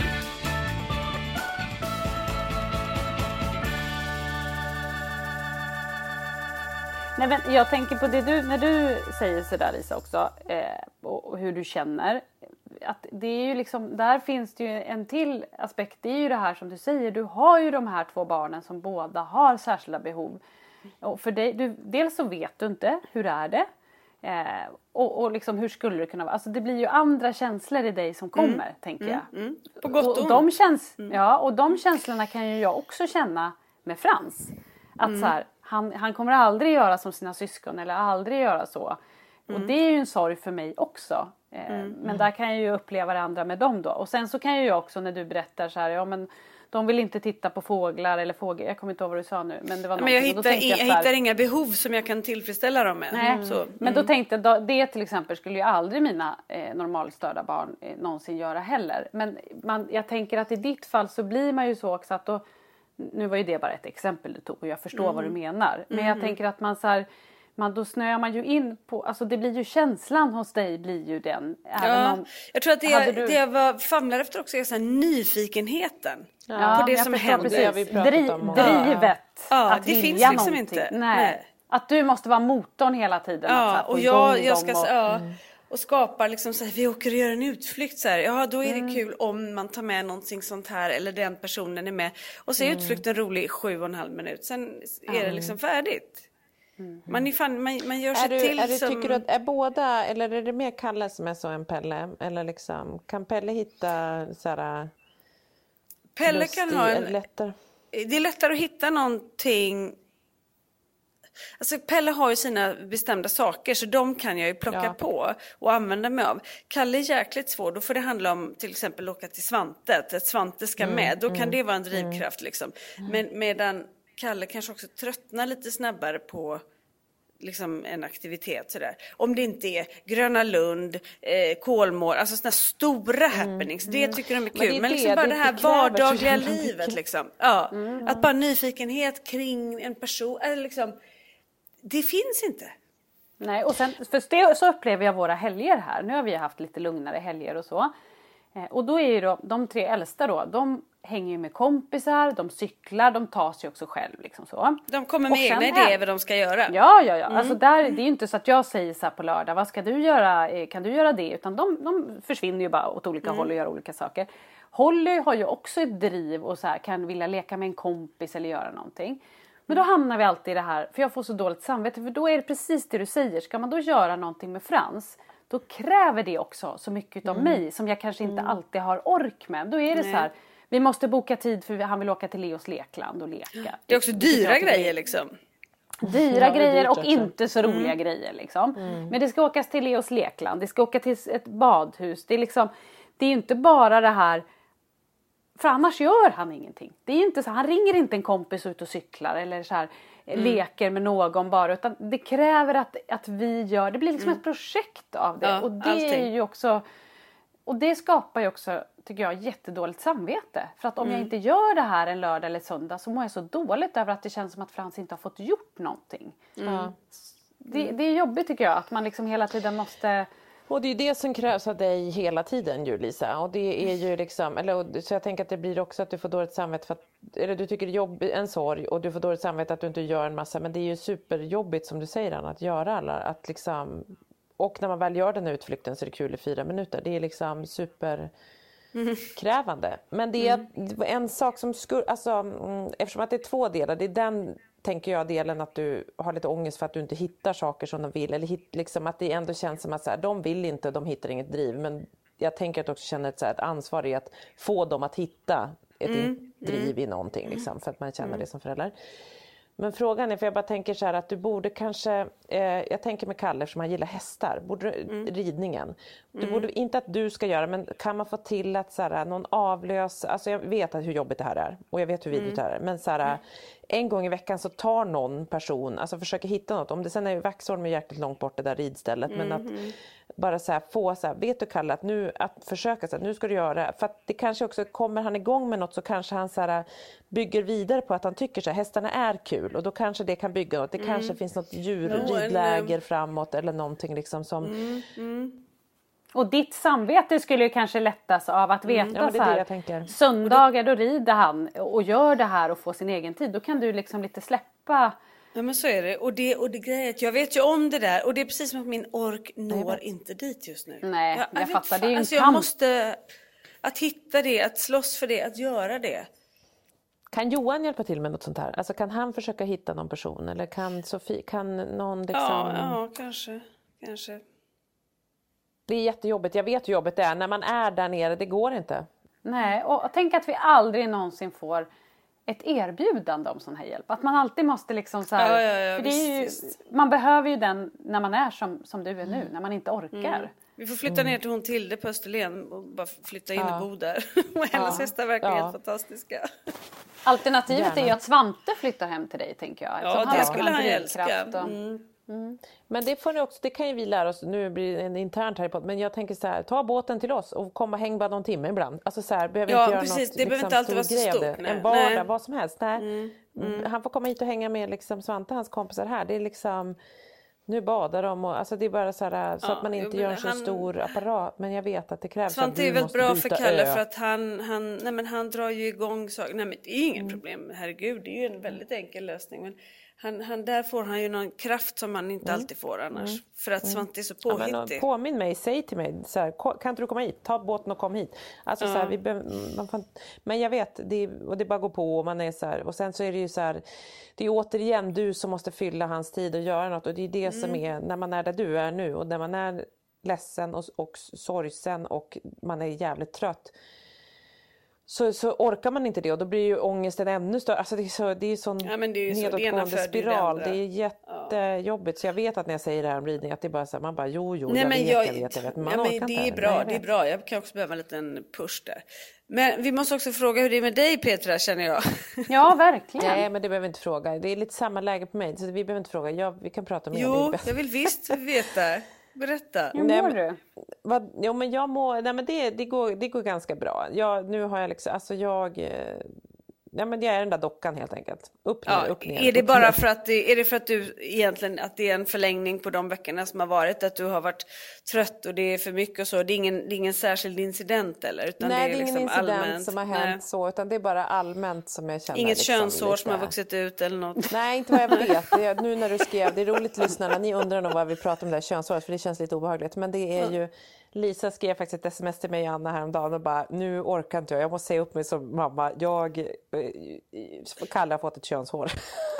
Nej, men jag tänker på det du, när du säger sådär Lisa också, eh, och, och hur du känner, att det är ju liksom, där finns det ju en till aspekt, det är ju det här som du säger, du har ju de här två barnen som båda har särskilda behov. Och för dig, du, dels så vet du inte, hur är det? Eh, och, och liksom hur skulle det kunna vara? Alltså det blir ju andra känslor i dig som kommer, mm, tänker jag. Mm, mm. På gott och och, ont. de käns- ja, och de känslorna kan ju jag också känna med Frans. Att Mm. så här, han, han kommer aldrig göra som sina syskon eller aldrig göra så. Mm. Och det är ju en sorg för mig också. Eh, men där kan jag ju uppleva det andra med dem då. Och sen så kan jag ju också när du berättar så här, ja men de vill inte titta på fåglar eller fåglar. Jag kommer inte ihåg vad du sa nu. Men, det var Men jag någonting. Och då hittar, tänkte jag så här, hittar inga behov som jag kan tillfredsställa dem med. Nej, Så, men då tänkte jag, då, det till exempel skulle ju aldrig mina eh, normalstörda barn eh, någonsin göra heller. Men man, jag tänker att i ditt fall så blir man ju så också att då, nu var ju det bara ett exempel du tog och jag förstår Mm. vad du menar. Men Mm. jag tänker att man så här, man, då snöar man ju in på, alltså det blir ju känslan hos dig blir ju den. Även Ja, om, jag tror att det, jag, du... det jag var, famlar efter också är så här nyfikenheten ja, på det jag som förstår, händer. precis. Det har vi pratat Dri- om. drivet. Ja, att det vilja finns liksom någonting. inte. Nej. Nej. Att du måste vara motorn hela tiden. Ja, att, så här, få och igång jag, jag ska, dem och, ja, mm. och skapar liksom så här, vi åker och gör en utflykt så här. Ja, då är det Mm. kul om man tar med någonting sånt här eller den personen är med. Och så är Mm. utflykten rolig i sju och en halv minut. Sen är det Mm. liksom färdigt. Mm. Man, är fan, man, man gör sig Är, du, till är, det, som... tycker du att är båda, eller är det mer Kalle som är så än Pelle? Eller liksom, kan Pelle hitta så här, Pelle lust kan i- ha är en... det lättare? Det är lättare att hitta någonting. Alltså Pelle har ju sina bestämda saker så de kan jag ju plocka Ja. på och använda mig av. Kalle är jäkligt svår, då får det handla om till exempel åka till Svante, att Svante ska Mm, med. Då kan mm, det vara en drivkraft liksom. Men medan Kalle kanske också tröttnar lite snabbare på liksom en aktivitet sådär. Om det inte är Gröna Lund, eh, Kolmård, alltså sådana stora happenings. Det tycker de är Men kul. det är Men, det, liksom bara det det här kräver så vardagliga jävla livet mycket. liksom. Ja, att bara nyfikenhet kring en person, eller liksom, det finns inte. Nej, och sen, för det, så upplever jag våra helger här. Nu har vi haft lite lugnare helger och så. Eh, och då är ju då, de tre äldsta då, de hänger ju med kompisar, de cyklar, de tar sig också själv liksom så. De kommer Och med sen egna här- idéer vad de ska göra. Ja, ja, ja. Alltså där, det är ju inte så att jag säger så här på lördag, vad ska du göra, Eh, kan du göra det? Utan de, de försvinner ju bara åt olika håll och gör olika saker. Holly har ju också ett driv och så här, kan vilja leka med en kompis eller göra någonting. Men då hamnar vi alltid i det här, för jag får så dåligt samvete, för då är det precis det du säger. Ska man då göra någonting med Frans, då kräver det också så mycket av mig som jag kanske inte alltid har ork med. Då är det Nej. så här, vi måste boka tid för han vill åka till Leos lekland och leka. Det är också Vilket jag dyra tycker är grejer liksom. Dyra Ja, det är grejer dyrt och också. inte så roliga grejer liksom. Men det ska åkas till Leos lekland, det ska åka till ett badhus. Det är liksom, det är inte bara det här, för annars gör han ingenting. Det är inte så, han ringer inte en kompis ut och cyklar eller så här, leker med någon bara, utan det kräver att, att vi gör, det blir liksom ett projekt av det. Ja, och det är allting. ju också, och det skapar ju också, tycker jag, jättedåligt samvete. För att om jag inte gör det här en lördag eller söndag så mår jag så dåligt över att det känns som att Frans inte har fått gjort någonting. Ja. Det, det är jobbigt tycker jag, att man liksom hela tiden måste... Och det är ju det som krävs av dig hela tiden ju, Lisa. Och det är ju liksom, eller, och- så jag tänker att det blir också att du får dåligt samvete för att, eller du tycker det är jobb, en sorg och du får dåligt samvete att du inte gör en massa, men det är ju superjobbigt som du säger Anna, att göra alla, att liksom, och när man väl gör den här utflykten så är det kul i fyra minuter. Det är liksom super krävande. Men det är en sak som skulle, alltså, mm, eftersom att det är två delar, det är den, tänker jag, delen att du har lite ångest för att du inte hittar saker som de vill, eller hit, liksom att det ändå känns som att så här, de vill inte, de hittar inget driv, men jag tänker att du också känner ett, så här, ett ansvar i att få dem att hitta ett in- driv i någonting liksom, för att man känner det som förälder. Men frågan är, för jag bara tänker så här att du borde kanske, eh, jag tänker med Kalle eftersom han gillar hästar, borde, ridningen. Du borde, inte att du ska göra, men kan man få till att så här, någon avlös, alltså jag vet att hur jobbigt det här är och jag vet hur vidrigt det här är, men så här, en gång i veckan så tar någon person, alltså försöker hitta något, om det sen är Vaxholm är jäkligt långt bort det där ridstället, men att bara så här, få så här, vet du Kalle, att nu att försöka så här, nu ska du göra, för att det kanske också, kommer han igång med något så kanske han så här, bygger vidare på att han tycker så här, hästarna är kul och då kanske det kan bygga något, det kanske finns något djurridläger framåt eller någonting liksom som Och ditt samvete skulle ju kanske lättas av att veta ja, men det så är det här, jag tänker. söndagar då rider han och gör det här och får sin egen tid. Då kan du liksom lite släppa. Ja men så är det. Och det, och det grejet, jag vet ju om det där och det är precis som att min ork når inte dit just nu. Nej, jag vet fattar, fan, det är ju en alltså jag kamp. måste, att hitta det, att slåss för det, att göra det. Kan Johan hjälpa till med något sånt här? Alltså kan han försöka hitta någon person eller kan Sofie, kan någon liksom... Ja, ja kanske, kanske. Det är jättejobbigt, jag vet hur jobbigt det är. När man är där nere, det går inte. Nej, och tänk att vi aldrig någonsin får ett erbjudande om sån här hjälp. Att man alltid måste liksom så här, Ja, ja, ja, för det är ju, visst, visst. man behöver ju den när man är som, som du är nu, när man inte orkar. Vi får flytta ner till hon Tilde på Österlen och bara flytta in Ja. och bo där. Och hennes hästar är verkligen Ja. helt fantastiska. Alternativet Gärna. är ju att Svante flyttar hem till dig, tänker jag. Ja, Eftersom det har skulle en han drivkraft älska. och- Mm. Mm. Men det får ni också, det kan ju vi lära oss, nu blir det en internt här i podd, men jag tänker så här, ta båten till oss och komma och häng bara någon timme ibland. Alltså så här, behöver ja, inte göra precis, något det behöver liksom, inte alltid vara så grej av stort. det. Nej. En vardag, Nej. vad som helst. Nej. Mm. Mm. Han får komma hit och hänga med liksom Svante, hans kompisar här. Det är liksom, nu badar de och alltså det är bara så här, så ja, att man inte jo, gör en så han... stor apparat, men jag vet att det krävs. Svante är väldigt bra för Kalle ö. För att han, han, nej men han drar ju igång saker. Nej men det är inget mm. problem, herregud, det är ju en väldigt enkel lösning. Men han, han, där får han ju någon kraft som man inte mm. alltid får annars. Mm. För att Svante är så påhittig. Ja, men, påminn mig, säg till mig, så här, kan inte du komma hit? Ta båten och kom hit. Alltså, ja. så här, vi be, man får, men jag vet, det, och det bara går på och man är så här. Och sen så är det ju så här, det är återigen du som måste fylla hans tid och göra något. Och det är det mm. som är, när man är där du är nu och när man är ledsen och, och sorgsen och man är jävligt trött. Så, så orkar man inte det och då blir ju ångesten ännu större. Alltså det är så, det är sån ja, men det är ju nedåtgående så, spiral. Det är jättejobbigt. Ja. Så jag vet att när jag säger det här om ridning att det är bara så här, man bara jo jo Nej, jag, men vet, jag, jag vet jag vet man ja, men det är bra, Nej, det är bra. Jag kan också behöva en liten push där. Men vi måste också fråga hur det är med dig Petra, känner jag. Ja, verkligen. Nej, men det behöver vi inte fråga. Det är lite samma läge på mig så vi behöver inte fråga. Ja, vi kan prata med Jo, jag vill visst veta. Berätta. Hur mår du? Vad, jo, men jag mår, nej men det, det, går, det går ganska bra. Jag, nu har jag liksom, alltså jag, ja men jag är den där dockan helt enkelt. Upp ner, ja, upp ner. Är det upp bara ner. för att det, är det för att du egentligen, att det är en förlängning på de veckorna som har varit, att du har varit trött och det är för mycket och så? Det är ingen, det är ingen särskild incident eller? Utan nej, det är, det är liksom ingen incident allmänt, som har hänt nej. så, utan det är bara allmänt som jag känner. Inget liksom, könshår lite. som har vuxit ut eller något? Nej, inte vad jag vet. Det är, nu när du skrev, det är roligt lyssnarna, ni undrar nog vad vi pratar om det här könshåret, för det känns lite obehagligt. Men det är ju, Lisa skrev faktiskt ett sms till mig och Anna häromdagen och bara, nu orkar inte jag, jag måste säga upp mig som mamma. Jag, Kalle har fått ett könshår.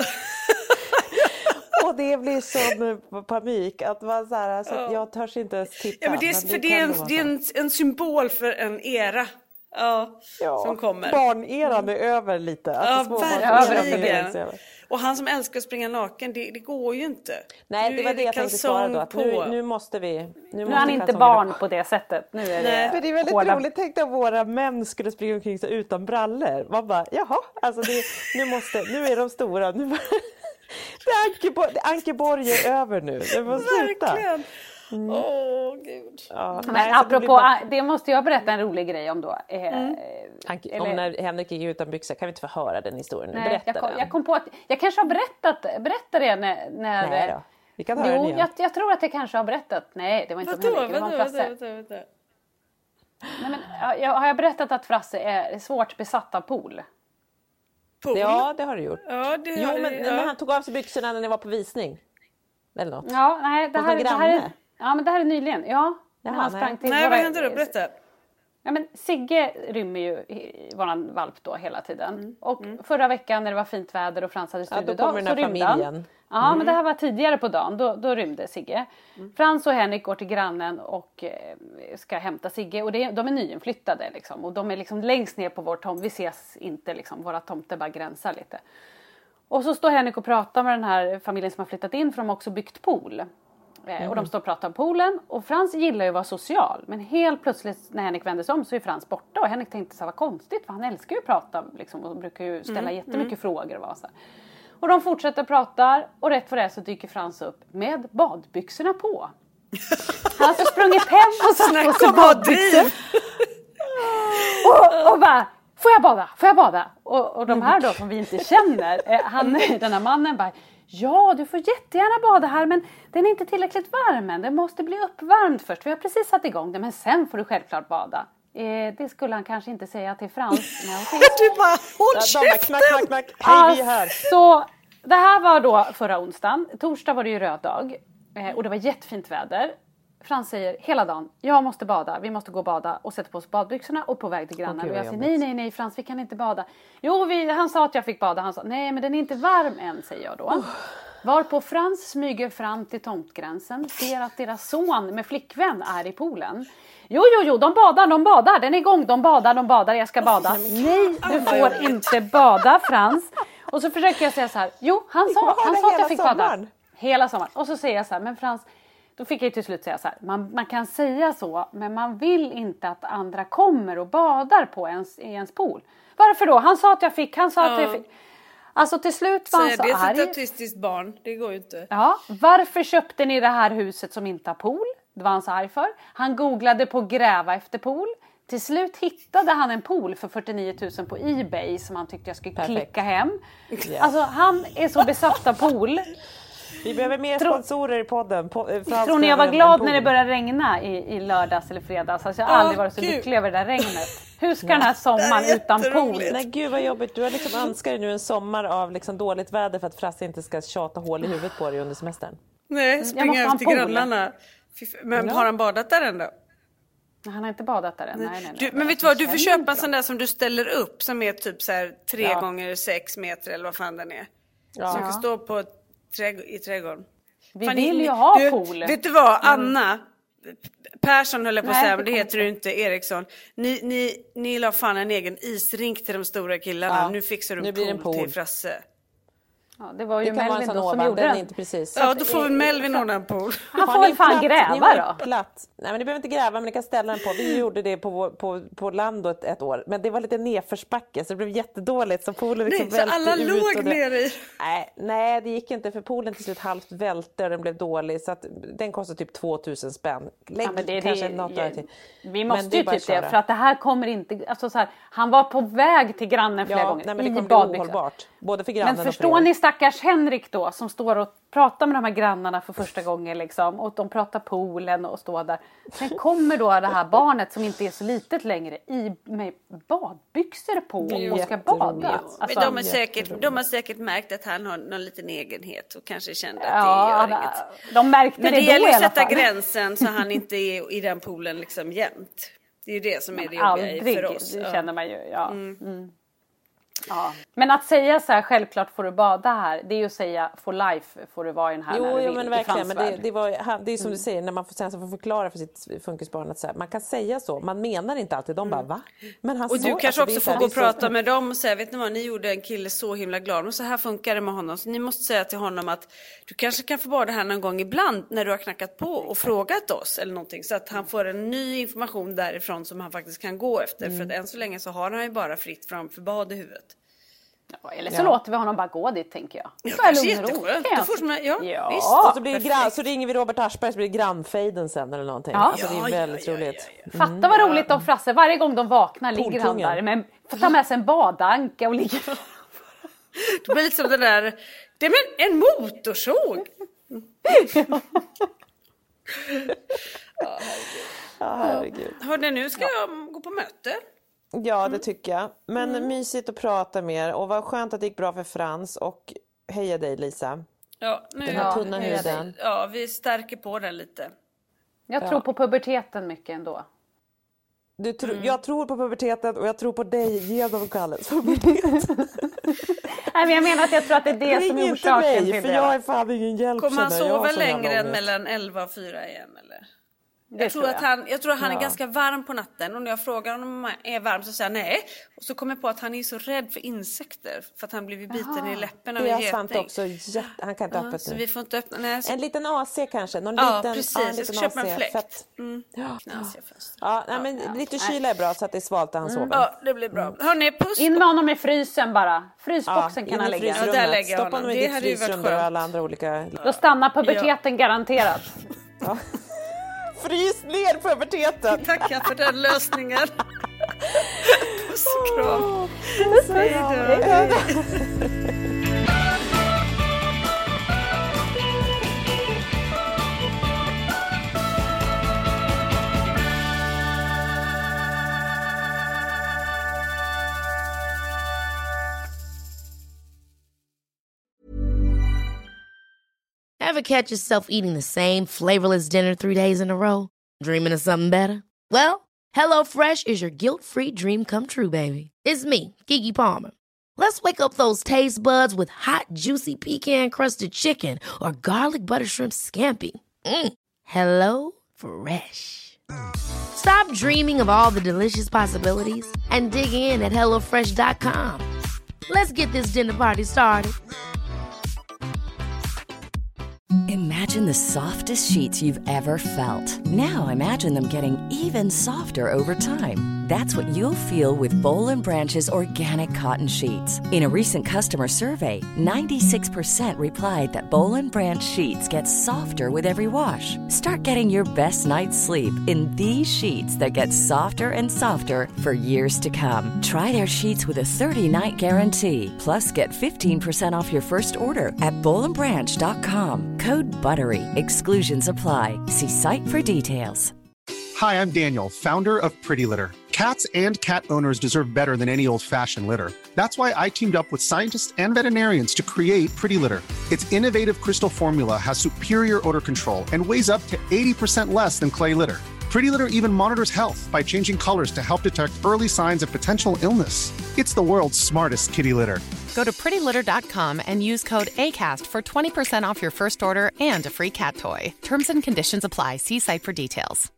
Och det blir sån panik att man så här, så att jag törs inte ens titta. Ja, men det är, men för det, det är, en, det är en, en symbol för en era. Ja, ja, som kommer. Barneran är över lite. Alltså, ja, verkligen. Och han som älskar att springa naken, det, det går ju inte. Nej, nu det var det jag tänkte svara då. Att nu, nu måste vi... Nu, nu måste är han inte barn på det sättet. Nu är det, för det är väldigt hårda... roligt. Tänk att våra män skulle springa omkring sig utan brallor. Man bara, jaha, alltså det, nu, måste, nu är de stora. Nu, det är Ankeborg, Ankeborg är över nu. Det måste sluta. Verkligen. Åh, mm. oh, gud. Ja, men nej, apropå, det, bara... det måste jag berätta en rolig grej om då. Eh, mm. Anke, eller... Om när Henrik gick utan byxor, kan vi inte få höra den historien? Nej, berätta jag, kom, den. jag kom på att jag kanske har berättat, berättat det när... när nej då. Vi kan höra jo, den igen. Jag, jag tror att jag kanske har berättat. Nej, det var inte vadå, om Henrik, det var om Frasse. Vadå, vadå, vadå? Nej, men, jag, har jag berättat att Frasse är svårt besatt av pool? Pool? Ja, det har du gjort. Ja, det jo, har men, ja. men han tog av sig byxorna när ni var på visning. Eller något. Ja, nej, det här, det här är... Ja, men det här är nyligen. Ja, Jaha, han sprang nej. till nej, våra... vad hände då? Berätta. Ja, men Sigge rymmer ju våran valp då hela tiden. Mm. Och mm. förra veckan när det var fint väder och Frans hade studiedag ja, så rymde han. Ja, mm. men det här var tidigare på dagen. Då, då rymde Sigge. Mm. Frans och Henrik går till grannen och eh, ska hämta Sigge. Och det, de är nyinflyttade liksom. Och de är liksom längst ner på vår tomt. Vi ses inte liksom. Våra tomter bara gränsar lite. Och så står Henrik och pratar med den här familjen som har flyttat in. För de har också byggt pool. Mm. Och de står och pratar om poolen. Och Frans gillar ju att vara social. Men helt plötsligt när Henrik vänder sig om så är Frans borta. Och Henrik tänkte så här, vad konstigt. För han älskar ju att prata liksom, och brukar ju ställa mm. jättemycket mm. frågor. Och, så här. Och de fortsätter prata. Och rätt för det så dyker Frans upp med badbyxorna på. Han har alltså sprungit hem och satt på sig badbyxor. och, och bara, får jag bada? Får jag bada? Och, och de här då som vi inte känner. Han, den här mannen bara... Ja, du får jättegärna bada här, men den är inte tillräckligt varm än. Den måste bli uppvärmd först. Vi har precis satt igång den, men sen får du självklart bada. Eh, det skulle han kanske inte säga till Frans. Du bara, håll käften! Knack, knack, knack. Hej, vi är här. Så det här var då förra onsdagen. Torsdag var det ju röd dag. Eh, och det var jättefint väder. Frans säger hela dagen, jag måste bada, vi måste gå och bada och sätta på oss badbyxorna och på väg till grannen. Okay, och jag säger, nej, nej, nej Frans, vi kan inte bada. Jo, vi, han sa att jag fick bada, han sa, nej men den är inte varm än, säger jag då. Oh. Varpå Frans smyger fram till tomtgränsen, ser att deras son med flickvän är i poolen. Jo, jo, jo, de badar, de badar, den är igång, de badar, de badar, jag ska bada. Nej, du får inte bada, Frans. Och så försöker jag säga så här, jo, han sa, han sa att jag fick bada. Hela sommaren. Och så säger jag så här, men Frans, då fick jag till slut säga så här, man, man kan säga så, men man vill inte att andra kommer och badar på ens, i ens pool. Varför då? Han sa att jag fick, han sa att jag fick. Alltså till slut var han så arg. Så det är ett arg. autistiskt barn, det går ju inte. Ja, varför köpte ni det här huset som inte har pool? Det var han så arg för. Han googlade på gräva efter pool. Till slut hittade han en pool för fyrtionio tusen på eBay som han tyckte jag skulle Perfekt. klicka hem. Yeah. Alltså han är så besatt av pool. Vi behöver mer Tro... sponsorer i podden. Po- Tror ni jag var glad när det började regna i, i lördags eller fredags? Alltså jag har oh, aldrig varit så Gud. lycklig över det där regnet. Hur ska den här sommaren utan pool? Nej gud vad jobbigt. Du har liksom önskar dig nu en sommar av liksom dåligt väder för att Frasse inte ska tjata hål i huvudet på dig under semestern. Nej, springa över till grannarna. Men ja. har han badat där ändå? Han har inte badat där än. Nej, nej, nej. Du, men vet du vad, du får köpa en sån där som du ställer upp som är typ så här tre ja. gånger sex meter eller vad fan den är. Ja. Som kan stå på trädg- i trädgården. Vi fan, vill ni, ju ha du, pool. Vet du vad, Anna Persson höll jag på att säga, men det heter du inte, Eriksson. Ni, ni, ni la fan en egen isrink till de stora killarna. Ja. Nu fixar du en pool, en pool till Frasse. Ja, det var ju det Melvin då som gjorde den. Inte precis. Ja, då får väl Melvin ordna en pool. Han får väl fan gräva då. Platt. Nej, men ni behöver inte gräva, men ni kan ställa den på. Vi gjorde det på, på, på land ett, ett år. Men det var lite nedförsbacke, så det blev jättedåligt. Så poolen liksom nej, så alla ut låg det, ner i. Nej, nej, det gick inte för poolen till slut halvt välte och den blev dålig. Så att den kostade typ tvåtusen spänn. Lägg ja, men det, kanske det, något det, till. Vi måste ju typ det, för att det här kommer inte... Alltså så här, han var på väg till grannen flera ja, gånger. Nej, men det kommer bli ohållbart. Både för grannen men förstår och för ni stackars Henrik då som står och pratar med de här grannarna för första gången liksom, och de pratar poolen och står där. Sen kommer då det här barnet som inte är så litet längre i med badbyxor på och ska bada. Alltså, men de har, säkert, de har säkert märkt att han har någon liten egenhet och kanske kände att ja, det gör inget. De märkte men det, det då gäller i att alla sätta fall. gränsen så han inte är i den poolen liksom jämt. Det är ju det som är det jobbiga aldrig, för oss. Det ja. känner man ju, ja. Mm. Mm. Ja. Men att säga så här, självklart får du bada här, det är ju att säga for life får du vara i den här. Jo, när du jo vill, men verkligen, men det, det, var, det är som mm. du säger, när man får, sen så får förklara för sitt funkisbarn att så här, man kan säga så, man menar inte alltid, de bara va? Men han och så, du kanske alltså, också får gå och prata så... med dem och säga, vet ni vad, ni gjorde en kille så himla glad, och så här funkar det med honom, så ni måste säga till honom att du kanske kan få bada här någon gång ibland när du har knackat på och frågat oss eller någonting, så att han får en ny information därifrån som han faktiskt kan gå efter, mm. för att än så länge så har han ju bara fritt framför bad i huvudet. Ja, eller så ja. låter vi honom bara gå dit, tänker jag. Ja, det är jätteskönt. Då får man, ja, ja. Visst. Och så, blir det gran, så ringer vi Robert Aschberg så blir det grannfejden sen eller någonting. Ja. Alltså, det är väldigt ja, roligt. Ja, ja, ja. Fatta vad roligt om Frasse, varje gång de vaknar ligger han där. Men får ta med sig en badanka och ligger. Det blir lite som det där, det är en motorsåg. ja. Ja, herregud. Hörde, nu ska jag gå på möte. Ja, det tycker jag. Men mm. mysigt att prata mer. Och vad skönt att det gick bra för Frans. Och heja dig, Lisa. Ja, nu den här tunna huden. Ja, vi stärker på den lite. Jag ja. tror på puberteten mycket ändå. Du tro, mm. Jag tror på puberteten och jag tror på dig genom Kalles pubertet. Nej, men jag menar att jag tror att det är det som är orsaken mig, till för det. jag är fan ingen hjälp. Kommer han sova längre än mellan elva och fyra igen, eller? Jag tror, tror jag. Att han, jag tror att han ja. är ganska varm på natten. Och när jag frågar honom om han är varm så säger han nej. Och så kommer jag på att han är så rädd för insekter. För att han blivit biten Aha. i läppen av en geting. Det är sant också. Jätte, han kan inte ja, öppet så nu. vi får inte öppna. Nej, så... En liten A C kanske. Någon ja, liten, precis. Ja, jag ska köpa en fläkt. Att... Mm. Ja. Ja. Ja, nej, men ja. lite kyla är bra så att det är svalt när han mm. sover. Ja, det blir bra. Hörrni, puss. In med honom i frysen bara. Frysboxen ja, kan han lägga. Ja, där lägger Stoppa honom i ditt frysrum och alla andra olika... Då stannar puberteten ja. garanterat. Ja. Frys ner puberteten. Tackar för den lösningen. Puss och kram. Hej då. Ever catch yourself eating the same flavorless dinner three days in a row? Dreaming of something better? Well, HelloFresh is your guilt-free dream come true, baby. It's me, Keke Palmer. Let's wake up those taste buds with hot, juicy pecan-crusted chicken or garlic butter shrimp scampi. Mm. Hello Fresh. Stop dreaming of all the delicious possibilities and dig in at hello fresh dot com. Let's get this dinner party started. Imagine the softest sheets you've ever felt. Now imagine them getting even softer over time. That's what you'll feel with Bowl and Branch's organic cotton sheets. In a recent customer survey, ninety-six percent replied that Bowl and Branch sheets get softer with every wash. Start getting your best night's sleep in these sheets that get softer and softer for years to come. Try their sheets with a thirty-night guarantee. Plus, get fifteen percent off your first order at bowl and branch dot com. Code BUTTERY. Exclusions apply. See site for details. Hi, I'm Daniel, founder of Pretty Litter. Cats and cat owners deserve better than any old-fashioned litter. That's why I teamed up with scientists and veterinarians to create Pretty Litter. Its innovative crystal formula has superior odor control and weighs up to eighty percent less than clay litter. Pretty Litter even monitors health by changing colors to help detect early signs of potential illness. It's the world's smartest kitty litter. Go to pretty litter dot com and use code ACAST for twenty percent off your first order and a free cat toy. Terms and conditions apply. See site for details.